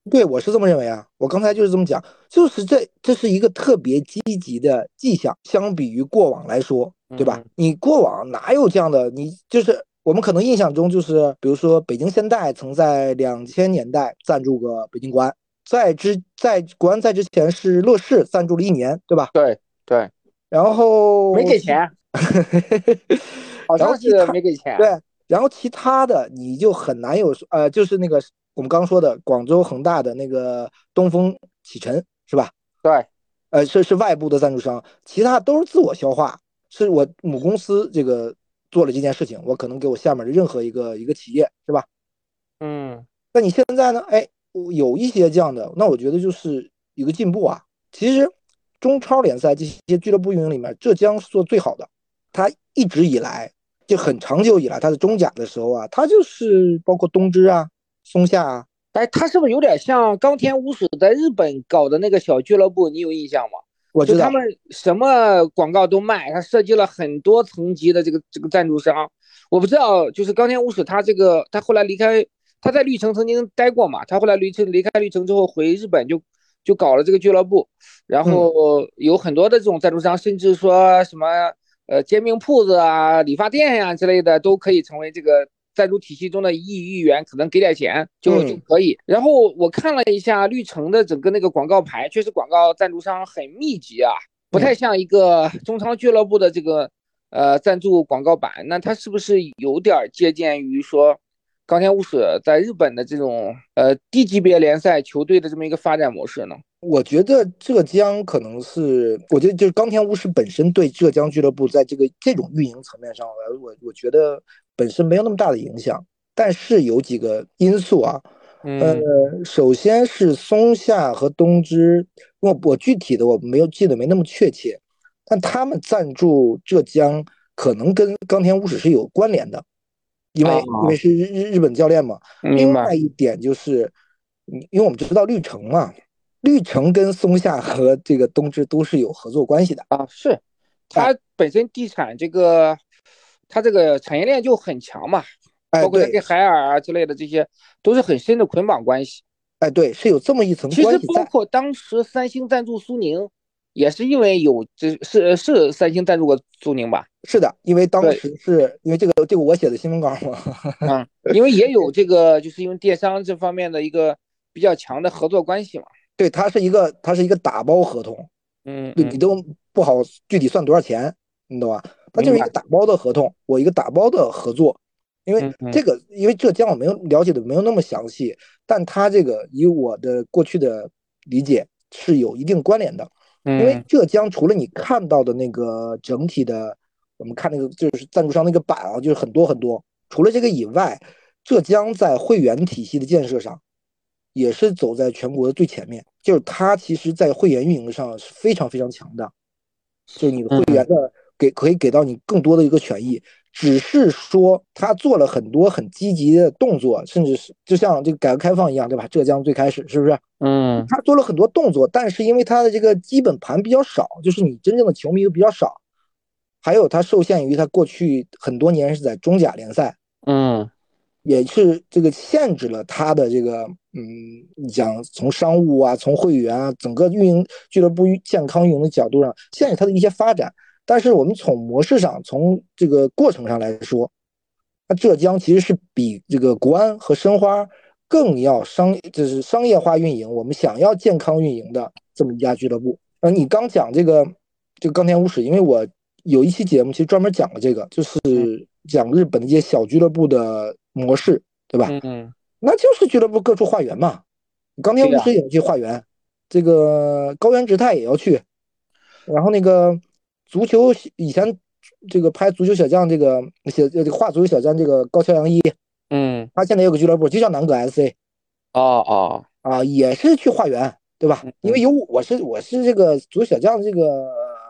对，我是这么认为啊，我刚才就是这么讲，就是这是一个特别积极的迹象，相比于过往来说，对吧？ 嗯， 你过往哪有这样的？你就是我们可能印象中就是，比如说北京现代曾在2000年代赞助过北京国安，在国安在之前是乐视赞助了1年，对吧？ 对对， 然没后其给钱，好像是然后其他没给钱。 对，然后其他的你就很难有就是那个我们刚刚说的广州恒大的那个东风启辰是吧？ 对， 是外部的赞助商，其他都是自我消化，是我母公司这个做了这件事情，我可能给我下面的任何一个企业是吧？ 嗯那你现在呢？哎，有一些这样的，那我觉得就是一个进步啊。其实中超联赛这些俱乐部运营里面，浙江是做最好的。他一直以来就很长久以来，他在中甲的时候啊，他就是包括东芝啊、松下啊， 哎，他是不是有点像冈田武史在日本搞的那个小俱乐部？你有印象吗？ 我知道， 就他们什么广告都卖，他设计了很多层级的这个赞助商。我不知道，就是冈田武史他这个，他后来离开，他在绿城曾经待过嘛，他后来离开绿城之后回日本就搞了这个俱乐部，然嗯， 后有很多的这种赞助商，甚至说什么煎饼铺子啊、理发店呀、之类的，都可以成为这个赞助体系中的一员，可能给点钱就嗯， 可以。然后我看了一下绿城的整个那个广告牌，确实广告赞助商很密集啊，不太嗯。 像一个中超俱乐部的这个赞助广告板。那它是不是有点借鉴于说冈田武史在日本的这种低级别联赛球队的这么一个发展模式呢？ 我觉得浙江可能是，我觉得就是冈田武史本身对浙江俱乐部在这种运营层面上，我觉得本身没有那么大的影响，但是有几个因素啊，呃， 嗯首先是松下和东芝，我具体的我没有记得没那么确切，但他们赞助浙江可能跟冈田武史是有关联的，因为啊， 是日本教练嘛。另明白外一点就是，因为我们知道绿城嘛。绿城跟松下和这个东芝都是有合作关系的。 啊，是哎它本身地产这个，它这个产业链就很强嘛， 哎，对， 包括它跟海尔啊之类的这些都是很深的捆绑关系。 哎对，是有这么一层其实关系在。 包括当时三星赞助苏宁，也是因为有是三星赞助过苏宁吧？ 是的，因为当对， 时是因为这个我写的新闻稿嘛。 嗯，因为也有这个，就是因为电商这方面的一个比较强的合作关系嘛。 对，它是一个打包合同，对你嗯嗯， 都不好具体算多少钱，你懂吧？它就是一个明白。 打包的合同，我一个打包的合作。因为嗯嗯因为浙江我没有了解的没有那么详细，但它这个以我的过去的理解是有一定关联的。因为嗯浙江除了你看到的那个整体的，我们看那个就是赞助商那个板啊，就是很多很多。除了这个以外，浙江在会员体系的建设上也是走在全国的最前面，就是它其实在会员运营上是非常非常强的。就是你的会嗯员的可以给到你更多的一个权益，只是说他做了很多很积极的动作，甚至是就像这个改革开放一样，对吧？浙江最开始是不是？ 嗯他做了很多动作，但是因为他的这个基本盘比较少，就是你真正的球迷又比较少，还有他受限于他过去很多年是在中甲联赛， 嗯也是这个限制了他的这个你讲从商务啊，从会员啊，整个运营俱乐部健康运营的角度上，限制他的一些发展。但是我们从模式上，从这个过程上来说，那浙江其实是比这个国安和申花更要就是商业化运营，我们想要健康运营的这么一家俱乐部。你刚讲这个冈田武史，因为我有一期节目其实专门讲了这个，就是嗯讲日本的一些小俱乐部的模式，对吧？ 嗯， 那就是俱乐部各处化缘嘛。冈田对呀。 武史也去化缘，这个高原直泰也要去，然后那个足球以前这个拍足球小将画足球小将这个高桥阳一， 嗯， 他现在有个俱乐部就叫南葛 SC 哦哦， 啊，也是去化缘，对吧？因为嗯我是这个足球小将这个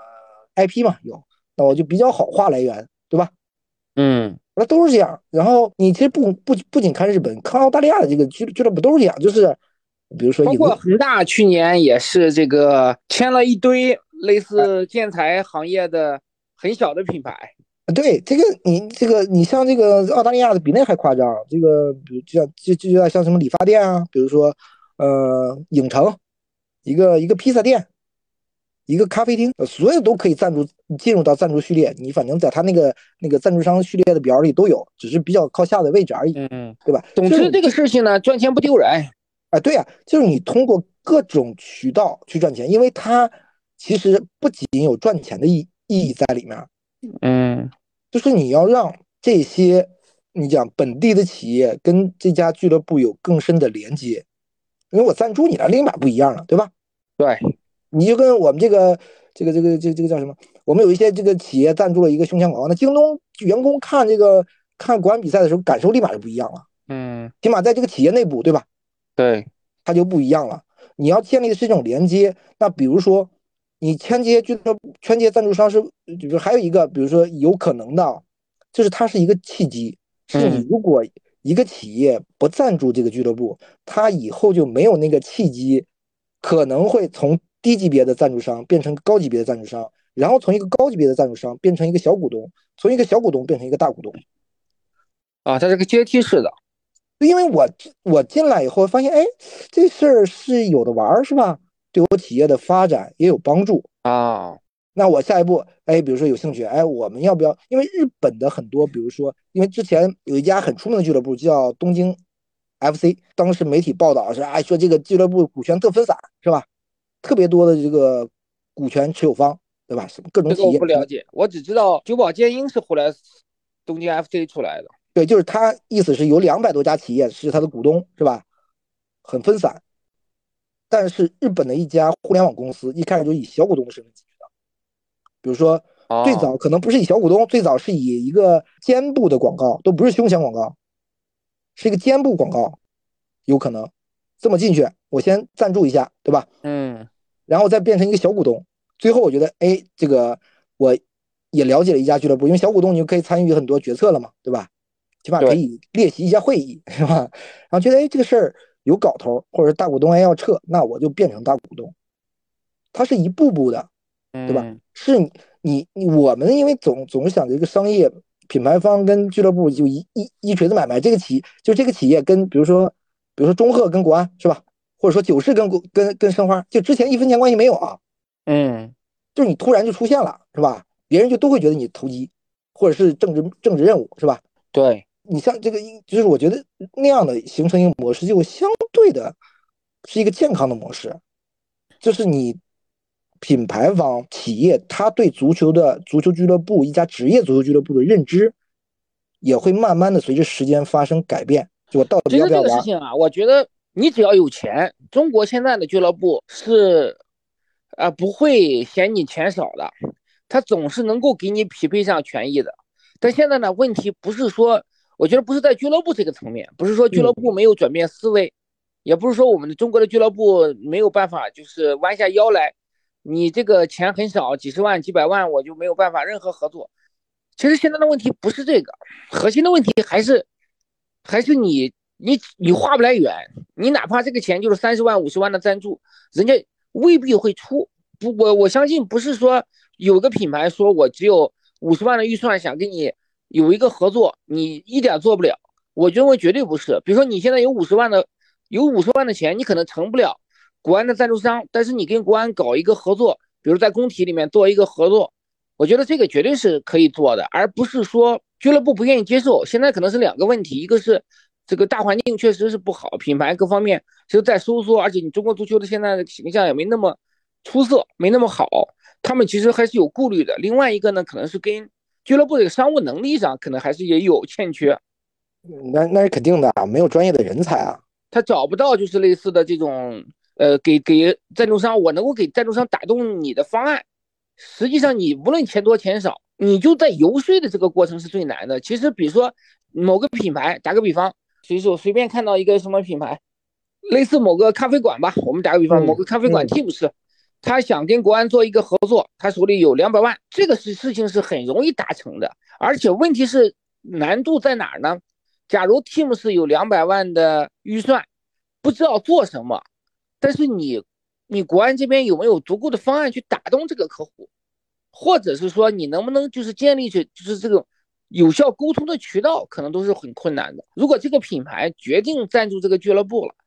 IP 嘛，那我就比较好画来源，对吧？ 嗯， 那都是这样。然后你其实不仅看日本，看澳大利亚的这个俱乐部都是这样，就是比如说包括恒大去年也是这个签了一堆类似建材行业的很小的品牌。 对你像这个澳大利亚的比那还夸张，这个比如就像什么理发店啊，比如说影城，一个披萨店，一个咖啡厅，所有都可以进入到赞助序列。你反正在他那个赞助商序列的表里都有，只是比较靠下的位置而已，对吧？ 总之这个事情呢，赚钱不丢人。 对呀，就是你通过各种渠道去赚钱，因为它其实不仅有赚钱的意义在里面，就是你要让这些你讲本地的企业跟这家俱乐部有更深的连接，因为我赞助你了，立马不一样了，对吧？ 对， 你就跟我们这个叫什么？我们有一些这个企业赞助了一个胸前广告，那京东员工看国安比赛的时候，感受立马就不一样了。起码在这个企业内部，对吧？ 对， 它就不一样了。你要建立的是这种连接，那比如说你签接赞助商是，就是还有一个，比如说有可能的，就是它是一个契机，是你如果一个企业不赞助这个俱乐部，它以后就没有那个契机，可能会从低级别的赞助商变成高级别的赞助商，然后从一个高级别的赞助商变成一个小股东，从一个小股东变成一个大股东。 它是个阶梯式的。 因为我进来以后发现，哎，这事儿是有的玩是吧？对我企业的发展也有帮助啊。 那我下一步，哎，比如说有兴趣，哎，我们要不要？因为日本的很多，比如说，因为之前有一家很出名的俱乐部叫东京 FC，当时媒体报道是，说这个俱乐部股权特分散，是吧？特别多的这个股权持有方，对吧？什么各种这个我企业， 不了解，我只知道久保建英是后来东京 FC 出来的。 对，就是他意思是有200多家企业是他的股东，是吧？很分散。但是日本的一家互联网公司一开始就以小股东的身份进去的，比如说最早可能不是以小股东，最早是以一个肩部的广告，都不是胸前广告，是一个肩部广告，有可能这么进去，我先赞助一下，对吧？然后再变成一个小股东，最后我觉得，哎，这个我也了解了一家俱乐部，因为小股东你就可以参与很多决策了嘛，对吧？起码可以列席一下会议，是吧？然后觉得，哎，这个事儿有搞头，或者大股东还要撤，那我就变成大股东。它是一步步的，对吧？是我们因为总是想着一个商业品牌方跟俱乐部就一锤子买卖，这个企业跟比如说中赫跟国安是吧？或者说九世跟申花，就之前一分钱关系没有啊。就是你突然就出现了，是吧？别人就都会觉得你投机，或者是政治任务，是吧？ 对， 你像这个，就是我觉得那样的形成一个模式，就相对的是一个健康的模式，就是你品牌方企业，他对足球俱乐部一家职业足球俱乐部的认知，也会慢慢的随着时间发生改变。就我到底要不要玩？ 其实这个事情啊，我觉得你只要有钱，中国现在的俱乐部是不会嫌你钱少的，他总是能够给你匹配上权益的。但现在呢，问题不是说，我觉得不是在俱乐部这个层面，不是说俱乐部没有转变思维，也不是说我们的中国的俱乐部没有办法就是弯下腰来，你这个钱很少，几十万、几百万，我就没有办法任何合作。其实现在的问题不是这个，核心的问题还是你花不来远，你哪怕这个钱就是30万、50万的赞助，人家未必会出。不，我相信不是说有个品牌说我只有50万的预算想跟你有一个合作，你一点做不了。我认为绝对不是。比如说你现在有50万的钱，你可能成不了国安的赞助商，但是你跟国安搞一个合作，比如在工体里面做一个合作，我觉得这个绝对是可以做的，而不是说俱乐部不愿意接受。现在可能是两个问题，一个是这个大环境确实是不好，品牌各方面其实在收缩，而且你中国足球的现在的形象也没那么出色，没那么好，他们其实还是有顾虑的。另外一个呢，可能是跟俱乐部的商务能力上，可能还是也有欠缺。 那是肯定的，没有专业的人才啊。 他找不到就是类似的这种给赞助商，我能够给赞助商打动你的方案。实际上你无论钱多钱少，你就在游说的这个过程是最难的。其实比如说某个品牌，打个比方，随便看到一个什么品牌，类似某个咖啡馆吧，我们打个比方，某个咖啡馆 Teams，他想跟国安做一个合作，他手里有200万，这个事情是很容易达成的。而且问题是难度在哪儿呢？假如 Teams 有200万的预算，不知道做什么，但是你国安这边有没有足够的方案去打动这个客户，或者是说你能不能就是建立起就是这种有效沟通的渠道，可能都是很困难的。如果这个品牌决定赞助这个俱乐部了，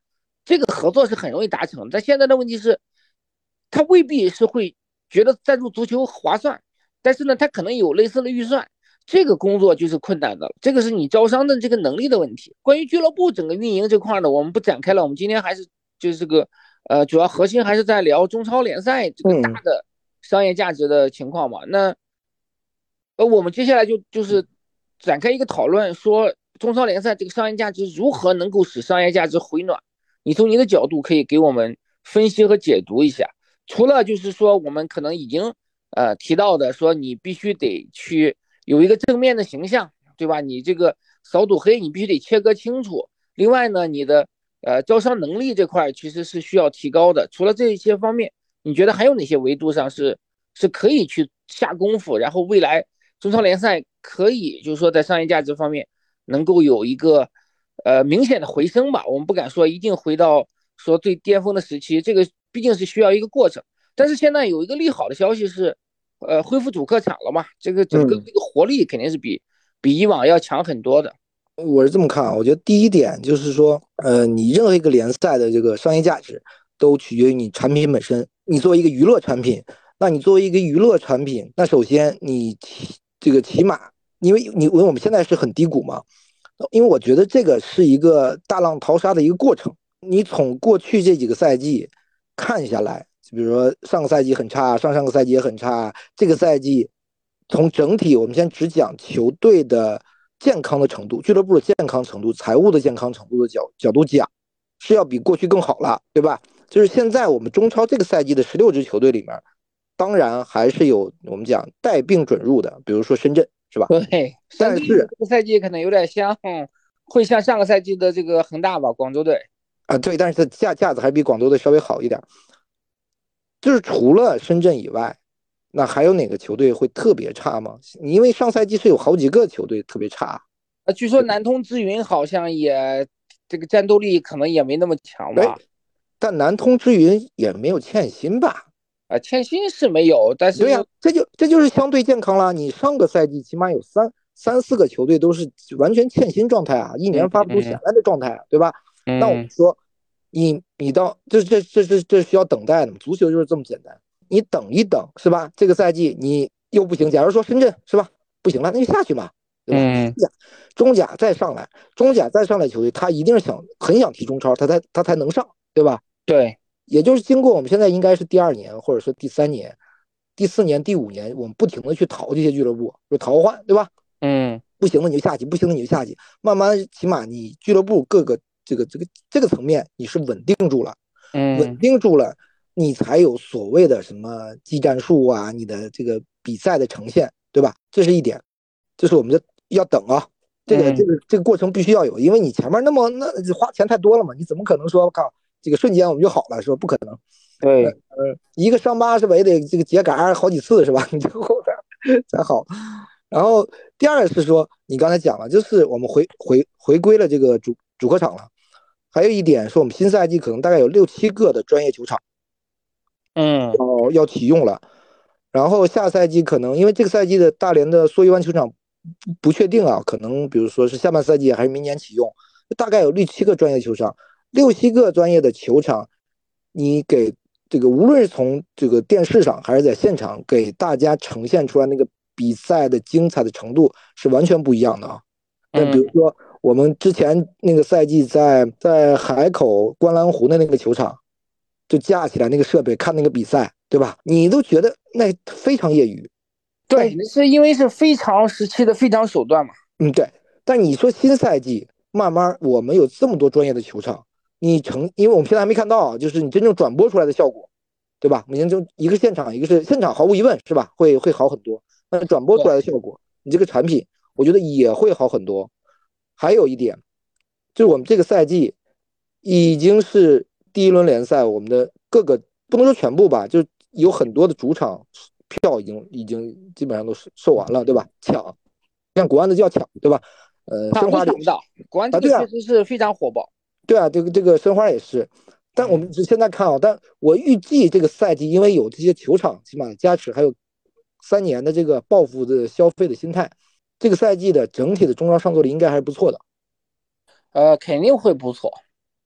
这个合作是很容易达成。但现在的问题是，他未必是会觉得赞助足球划算，但是呢，他可能有类似的预算，这个工作就是困难的，这个是你招商的这个能力的问题。关于俱乐部整个运营这块呢，我们不展开了，我们今天还是就是这个主要核心还是在聊中超联赛这个大的商业价值的情况嘛。那我们接下来就是展开一个讨论，说中超联赛这个商业价值如何能够使商业价值回暖？你从你的角度可以给我们分析和解读一下。除了就是说我们可能已经提到的，说你必须得去有一个正面的形象，对吧？你这个扫赌黑你必须得切割清楚。另外呢，你的招商能力这块其实是需要提高的。除了这些方面，你觉得还有哪些维度上是可以去下功夫，然后未来中超联赛可以就是说在商业价值方面能够有一个明显的回升吧？我们不敢说一定回到说最巅峰的时期，这个毕竟是需要一个过程。但是现在有一个利好的消息是，恢复主客场了嘛，这个整个这个活力肯定是比以往要强很多的。 我是这么看啊，我觉得第一点就是说，你任何一个联赛的这个商业价值都取决于你产品本身。你作为一个娱乐产品，那你作为一个娱乐产品，那首先你这个起码，因为我们现在是很低谷嘛，因为我觉得这个是一个大浪淘沙的一个过程。你从过去这几个赛季看下来，比如说上个赛季很差，上上个赛季也很差，这个赛季从整体我们先只讲球队的健康的程度、俱乐部的健康程度、财务的健康程度的角度讲，是要比过去更好了，对吧？就是现在我们中超这个赛季的16支球队里面，当然还是有我们讲带病准入的，比如说深圳，是吧？ 对，深圳但是这个赛季可能有点像，会像上个赛季的这个恒大吧，广州队。 对，但是它架子还比广州的稍微好一点。就是除了深圳以外，那还有哪个球队会特别差吗？因为上赛季是有好几个球队特别差。 据说南通之云好像也这个战斗力可能也没那么强哎， 吧？ 但南通之云也没有欠薪吧？ 欠薪是没有，但对呀、 是这就是相对健康啦。你上个赛季起码有三四个球队都是完全欠薪状态啊，一年发不出钱来的状态啊，对吧？那我们说，你到这需要等待的，足球就是这么简单。你等一等是吧？这个赛季你又不行，假如说深圳是吧，不行了，那就下去嘛，对吧？中甲再上来，中甲再上来球队，他一定是很想踢中超，他才能上，对吧？ 对， 也就是经过我们现在应该是第2年或者说第3年、第4年、第5年，我们不停的去淘这些俱乐部，就淘换，对吧？不行了你就下去，不行了你就下去，慢慢起码你俱乐部各个这个层面你是稳定住了，稳定住了，你才有所谓的什么技战术啊，你的这个比赛的呈现，对吧？这是一点，这是我们的要等啊。这个过程必须要有，因为你前面那花钱太多了嘛，你怎么可能说靠这个瞬间我们就好了？是吧？不可能。 对， 一个伤疤是吧，也得这个秸秆好几次是吧？你最后才好。然后第二是说，你刚才讲了，就是我们回归了这个主客场了。还有一点是我们新赛季可能大概有6-7个的专业球场，要启用了。然后下赛季可能因为这个赛季的大连的缩鱼湾球场不确定啊，可能比如说是下半赛季还是明年启用，大概有6-7个专业球场，6-7个专业的球场，你给这个无论是从这个电视上还是在现场给大家呈现出来那个比赛的精彩的程度是完全不一样的啊。那比如说我们之前那个赛季在海口观澜湖的那个球场，就架起来那个设备看那个比赛，对吧？你都觉得那非常业余。 对，那是因为是非常时期的非常手段嘛。 对。但你说新赛季慢慢我们有这么多专业的球场，因为我们现在还没看到啊，就是你真正转播出来的效果，对吧？我们就一个现场，一个是现场，毫无疑问是吧？会好很多。但是转播出来的效果，你这个产品，我觉得也会好很多。还有一点，就是我们这个赛季已经是第一轮联赛，我们的各个不能说全部吧，就有很多的主场票已经基本上都售完了，对吧？抢，像国安的就要抢，对吧？申花抢不到，国安这个对啊， 确实是非常火爆。 对啊，这个申花也是。但我们现在看啊，但我预计这个赛季，因为有这些球场起码加持，还有3年的这个报复的消费的心态，这个赛季的整体的中超上座率应该还是不错的。 肯定会不错。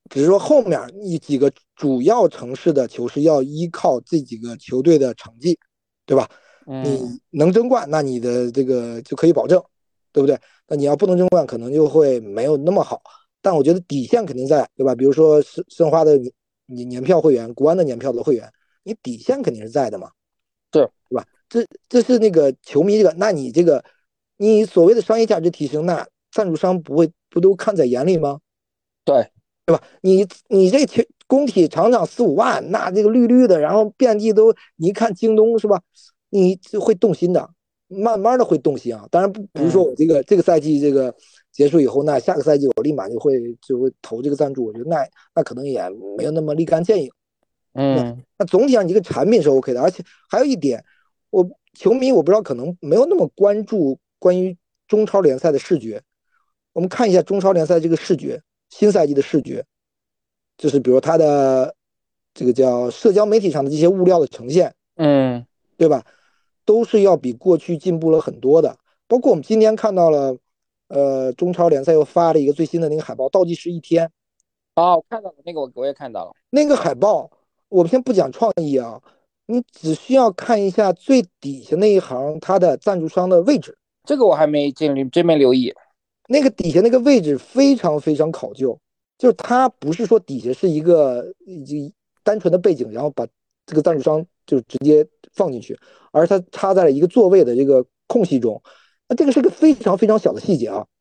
只是说后面几个主要城市的球是要依靠这几个球队的成绩，对吧？你能争冠，那你的这个就可以保证，对不对？那你要不能争冠，可能就会没有那么好。但我觉得底线肯定在，对吧？比如说申花的年票会员，国安的年票的会员，你底线肯定是在的嘛， 是， 对吧？这是那个球迷这个，那你这个你所谓的商业价值提升，那赞助商不都看在眼里吗？ 对， 你这工体场场4、5万，那这个绿绿的，然后遍地都，你一看京东是吧？你就会动心的，慢慢的会动心啊。当然不是说我这个赛季这个结束以后，那下个赛季我立马就会投这个赞助，我觉得那可能也没有那么立竿见影。那总体上你这个产品是 OK 的，而且还有一点，球迷我不知道可能没有那么关注关于中超联赛的视觉。我们看一下中超联赛这个视觉，新赛季的视觉，就是比如它的这个叫社交媒体上的这些物料的呈现，对吧？都是要比过去进步了很多的。包括我们今天看到了，中超联赛又发了一个最新的那个海报，倒计时一天。 我看到了那个，我也看到了。 那个海报，我们先不讲创意啊，你只需要看一下最底下那一行它的赞助商的位置。 这个我还没这没留意。 那个底下那个位置非常非常考究，就是它不是说底下是一个单纯的背景，然后把这个赞助商就直接放进去，而它插在了一个座位的这个空隙中。那这个是个非常非常小的细节啊，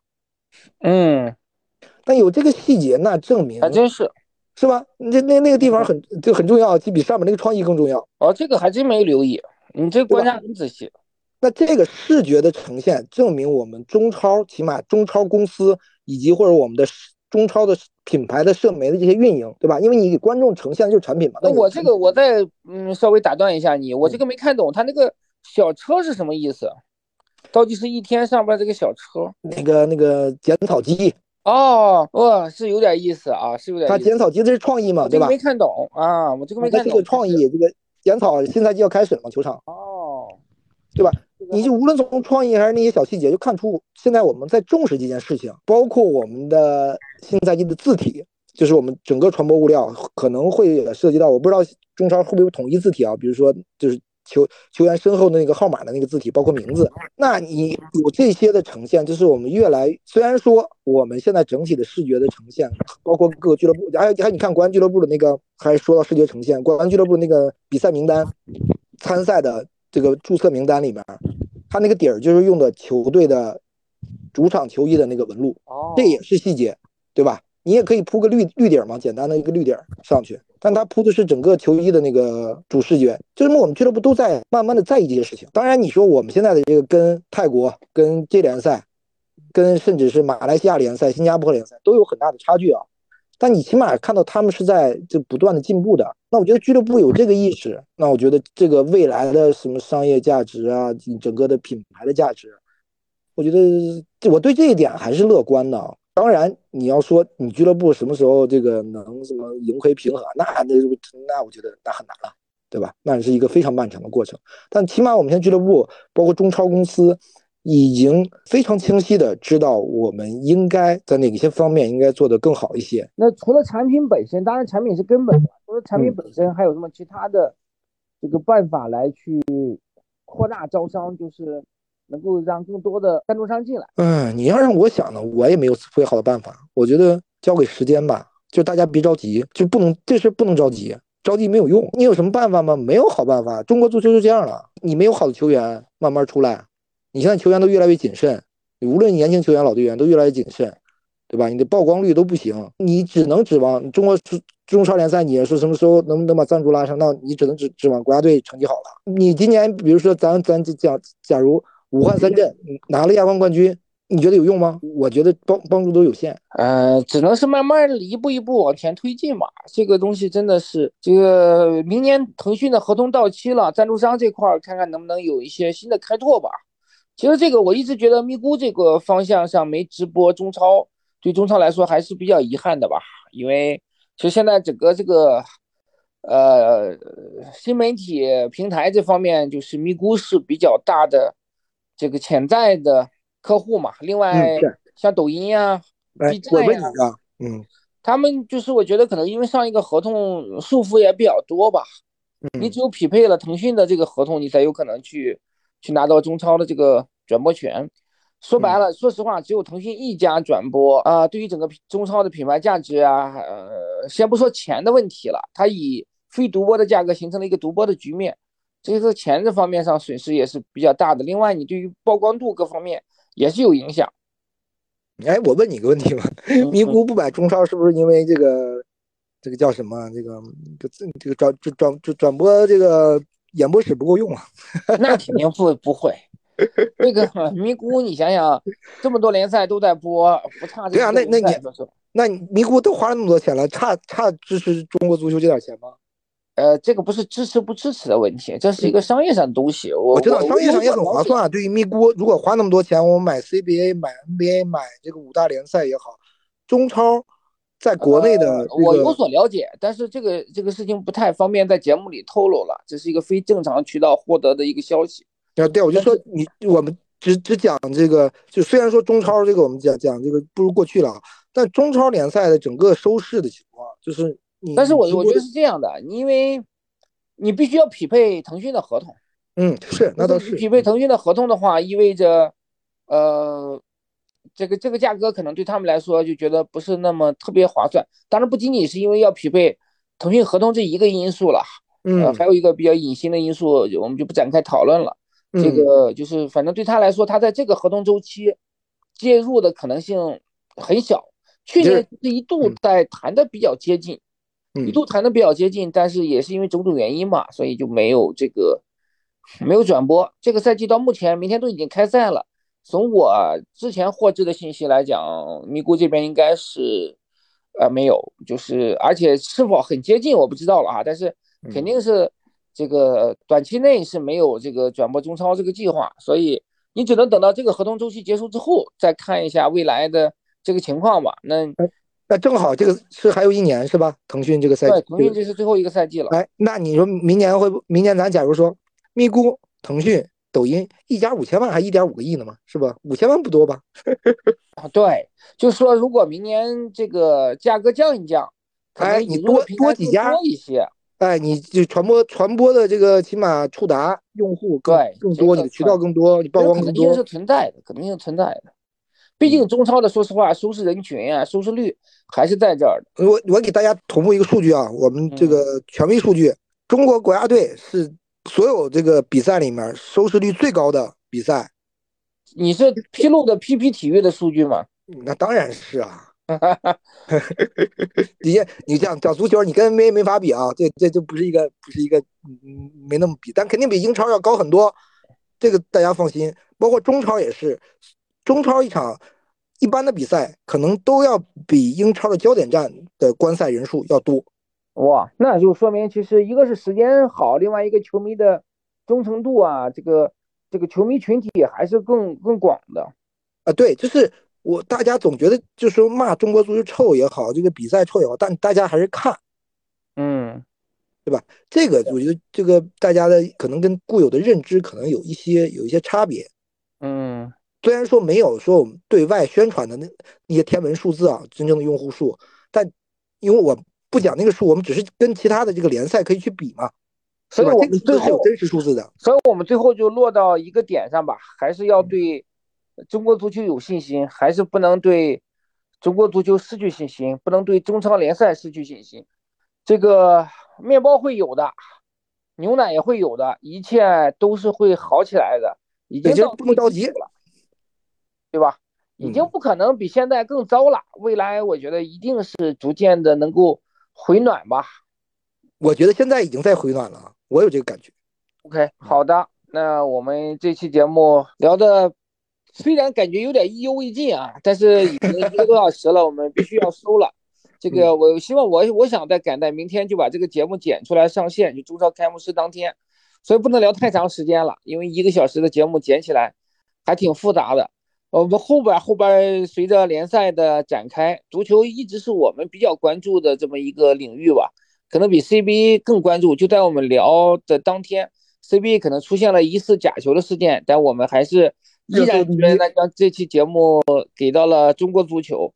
但有这个细节，那证明还真是。 是吧？那个地方很重要，就比上面那个创意更重要。 这个还真没留意，你这观察很仔细。 那这个视觉的呈现，证明我们中超起码中超公司以及或者我们的中超的品牌的社媒的这些运营，对吧？因为你给观众呈现的就是产品嘛。 那我这个我再稍微打断一下你，我这个没看懂，他那个小车是什么意思？倒计时一天上边这个小车， 那个剪草机， 是有点意思啊，是有点它意思。 剪草机这是创意嘛， 我这个对吧？ 没看懂啊，我这个没它是个看懂，但是创意，这个剪草新赛季要开始了嘛，球场，对吧？ 这个还你就无论从创意还是那些小细节，就看出现在我们在重视这件事情，包括我们的新赛季的字体，就是我们整个传播物料可能会涉及到，我不知道中超会不会统一字体啊，比如说就是球员身后的那个号码的那个字体，包括名字。那你有这些的呈现，就是我们虽然说我们现在整体的视觉的呈现，包括各个俱乐部，还有你看国安俱乐部的那个，还说到视觉呈现，国安俱乐部那个比赛名单、参赛的这个注册名单里面，它那个底儿就是用的球队的主场球衣的那个纹路，这也是细节，对吧？你也可以铺个绿底嘛，简单的一个绿底上去，但它铺的是整个球衣的那个主视觉。就这么我们俱乐部都在慢慢的在意这些事情。当然，你说我们现在的这个跟泰国、跟这联赛、跟甚至是马来西亚联赛、新加坡联赛都有很大的差距啊。但你起码看到他们是在就不断的进步的。那我觉得俱乐部有这个意识，那我觉得这个未来的什么商业价值啊，整个的品牌的价值，我觉得我对这一点还是乐观的。当然，你要说你俱乐部什么时候这个能什么盈亏平衡，那我觉得那很难了，对吧？那是一个非常漫长的过程。但起码我们现在俱乐部，包括中超公司，已经非常清晰的知道我们应该在哪些方面应该做得更好一些。 那除了产品本身，当然产品是根本的，除了产品本身，还有什么其他的这个办法来去扩大招商，就是能够让更多的赞助商进来？ 你要让我想呢，我也没有特别好的办法。我觉得交给时间吧，就大家别着急，就不能这事不能着急，着急没有用。你有什么办法吗？没有好办法。中国足球就这样了，你没有好的球员慢慢出来，你现在球员都越来越谨慎，你无论年轻球员、老队员都越来越谨慎，对吧？你的曝光率都不行，你只能指望中国中超联赛，你说什么时候能把赞助拉上？那你只能指望国家队成绩好了。你今年比如说咱讲，假如武汉三镇拿了亚冠冠军，你觉得有用吗？我觉得帮助都有限。 只能是慢慢的一步一步往前推进嘛。这个东西真的是，这个明年腾讯的合同到期了，赞助商这块看看能不能有一些新的开拓吧。其实这个我一直觉得咪咕这个方向上没直播中超，对中超来说还是比较遗憾的吧。因为其实现在整个这个呃新媒体平台这方面，就是咪咕是比较大的这个潜在的客户嘛。另外是。 像抖音呀、 哎， B 我站呀， 问你啊， 他们就是我觉得可能因为上一个合同束缚也比较多吧，你只有匹配了腾讯的这个合同，你才有可能去拿到中超的这个转播权。说白了，说实话，只有腾讯一家转播啊，对于整个中超的品牌价值啊，先不说钱的问题了，它以非独播的价格形成了一个独播的局面，这个钱这方面上损失也是比较大的。另外，你对于曝光度各方面也是有影响。 哎，我问你个问题吧，咪咕不买中超是不是因为这个叫什么？这个转播这个演播室不够用啊？ 那肯定不会。这个咪咕，你想想，这么多联赛都在播，不差这对啊， 一个联赛， 那你咪咕都花了那么多钱了，差支持中国足球这点钱吗？ 这个不是支持不支持的问题，这是一个商业上的东西。我我知道我我有商业上也所了解。 很划算啊。对于咪咕，如果花那么多钱，我买 CBA、买 NBA、买这个五大联赛也好，中超在国内的这我有个， 所了解，但是这个事情不太方便在节目里透露了，这是一个非正常渠道获得的一个消息。 对，我就说但是， 我们只讲这个，就虽然说中超这个我们讲这个不如过去了啊，但中超联赛的整个收视的情况，就是但是你直播的， 我觉得是这样的，因为你必须要匹配腾讯的合同。 是那就是倒是， 你匹配腾讯的合同的话，意味着，呃，这个价格可能对他们来说就觉得不是那么特别划算。当然，不仅仅是因为要匹配腾讯合同这一个因素了，还有一个比较隐形的因素，我们就不展开讨论了。这个就是反正对他来说，他在这个合同周期介入的可能性很小。去就是年是一度在谈的比较接近，但是也是因为种种原因嘛，所以就没有转播。这个赛季到目前，明天都已经开赛了。从我之前获知的信息来讲，咪咕这边应该是没有，就是而且是否很接近我不知道了啊，但是肯定是这个短期内是没有这个转播中超这个计划，所以你只能等到这个合同周期结束之后再看一下未来的这个情况吧。 那正好这个是还有一年是吧？腾讯这个赛对， 季， 腾讯这是最后一个赛季了。 哎，那你说明年咱假如说咪咕、腾讯、抖音一家5000万，还1.5个亿呢嘛，是吧？5000万不多吧？ 啊，对，就说如果明年这个价格降一降，可能哎，你引入的平台更多几家， 一些。 哎，你就传播的这个起码触达用户对， 更多，你的渠道更多，你曝这个光更多。 可能性是存在的，可能性存在的。毕竟中超的，说实话，收视人群啊，收视率还是在这儿的。 我给大家同步一个数据啊，我们这嗯， 个权威数据，中国国家队是所有这个比赛里面收视率最高的比赛。 你是披露的 PP 体育的数据吗？ 那当然是啊。你讲足球，你跟 NBA 没法比啊，这不是一个没那么比，但肯定比英超要高很多，这个大家放心。包括中超也是，中超一场一般的比赛可能都要比英超的焦点战的观赛人数要多。 哇，那就说明其实一个是时间好，另外一个球迷的忠诚度啊，这个球迷群体还是更广的。 对，就是大家总觉得就是说骂中国足球臭也好，这个比赛臭也好，但大家还是看， 嗯对吧？这个我觉得这个大家的可能跟固有的认知可能有一些差别。 嗯。 虽然说没有说我们对外宣传的那些天文数字啊，真正的用户数，但因为我不讲那个数，我们只是跟其他的这个联赛可以去比嘛，对吧？ 所以我们这个数最后， 字是有真实数字的。 所以我们最后就落到一个点上吧，还是要对中国足球有信心，还是不能对中国足球失去信心，不能对中超联赛失去信心。这个面包会有的，牛奶也会有的，一切都是会好起来的，已对，就是经到这个不能着急。 地步了，对吧？已经嗯， 不可能比现在更糟了，未来我觉得一定是逐渐的能够回暖吧。 我觉得现在已经在回暖了，我有这个感觉。 OK，好的，那我们这期节目聊的虽然感觉有点意犹未尽啊，但是已经1个多小时了，我们必须要收了。这个我希望我想赶在明天就把这个节目剪出来上线，就中超开幕式当天，所以不能聊太长时间了，因为1个小时的节目剪起来还挺复杂的。我们后边随着联赛的展开，足球一直是我们比较关注的这么一个领域吧，可能比 CBA 更关注。就在我们聊的当天。CBA 可能出现了疑似假球的事件，但我们还是依热搜然第一。 觉得将这期节目给到了中国足球。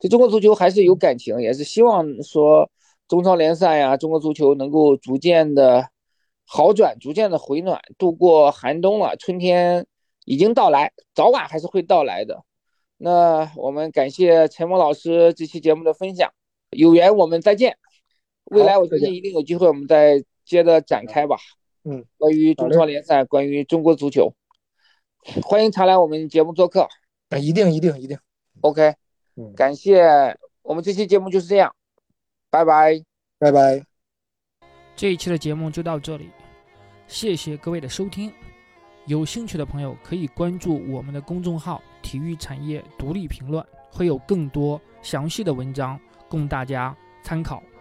对中国足球还是有感情，也是希望说中超联赛呀，中国足球能够逐渐的好转，逐渐的回暖，度过寒冬了，春天已经到来，早晚还是会到来的。那我们感谢陈萌老师这期节目的分享，有缘我们再见。未来我相信一定有机会，我们再接着展开吧。关于中超联赛，关于中国足球，欢迎常来我们节目做客。 一定。 OK，感谢，我们这期节目就是这样，拜拜。 这一期的节目就到这里，谢谢各位的收听。有兴趣的朋友可以关注我们的公众号“体育产业独立评论”，会有更多详细的文章供大家参考。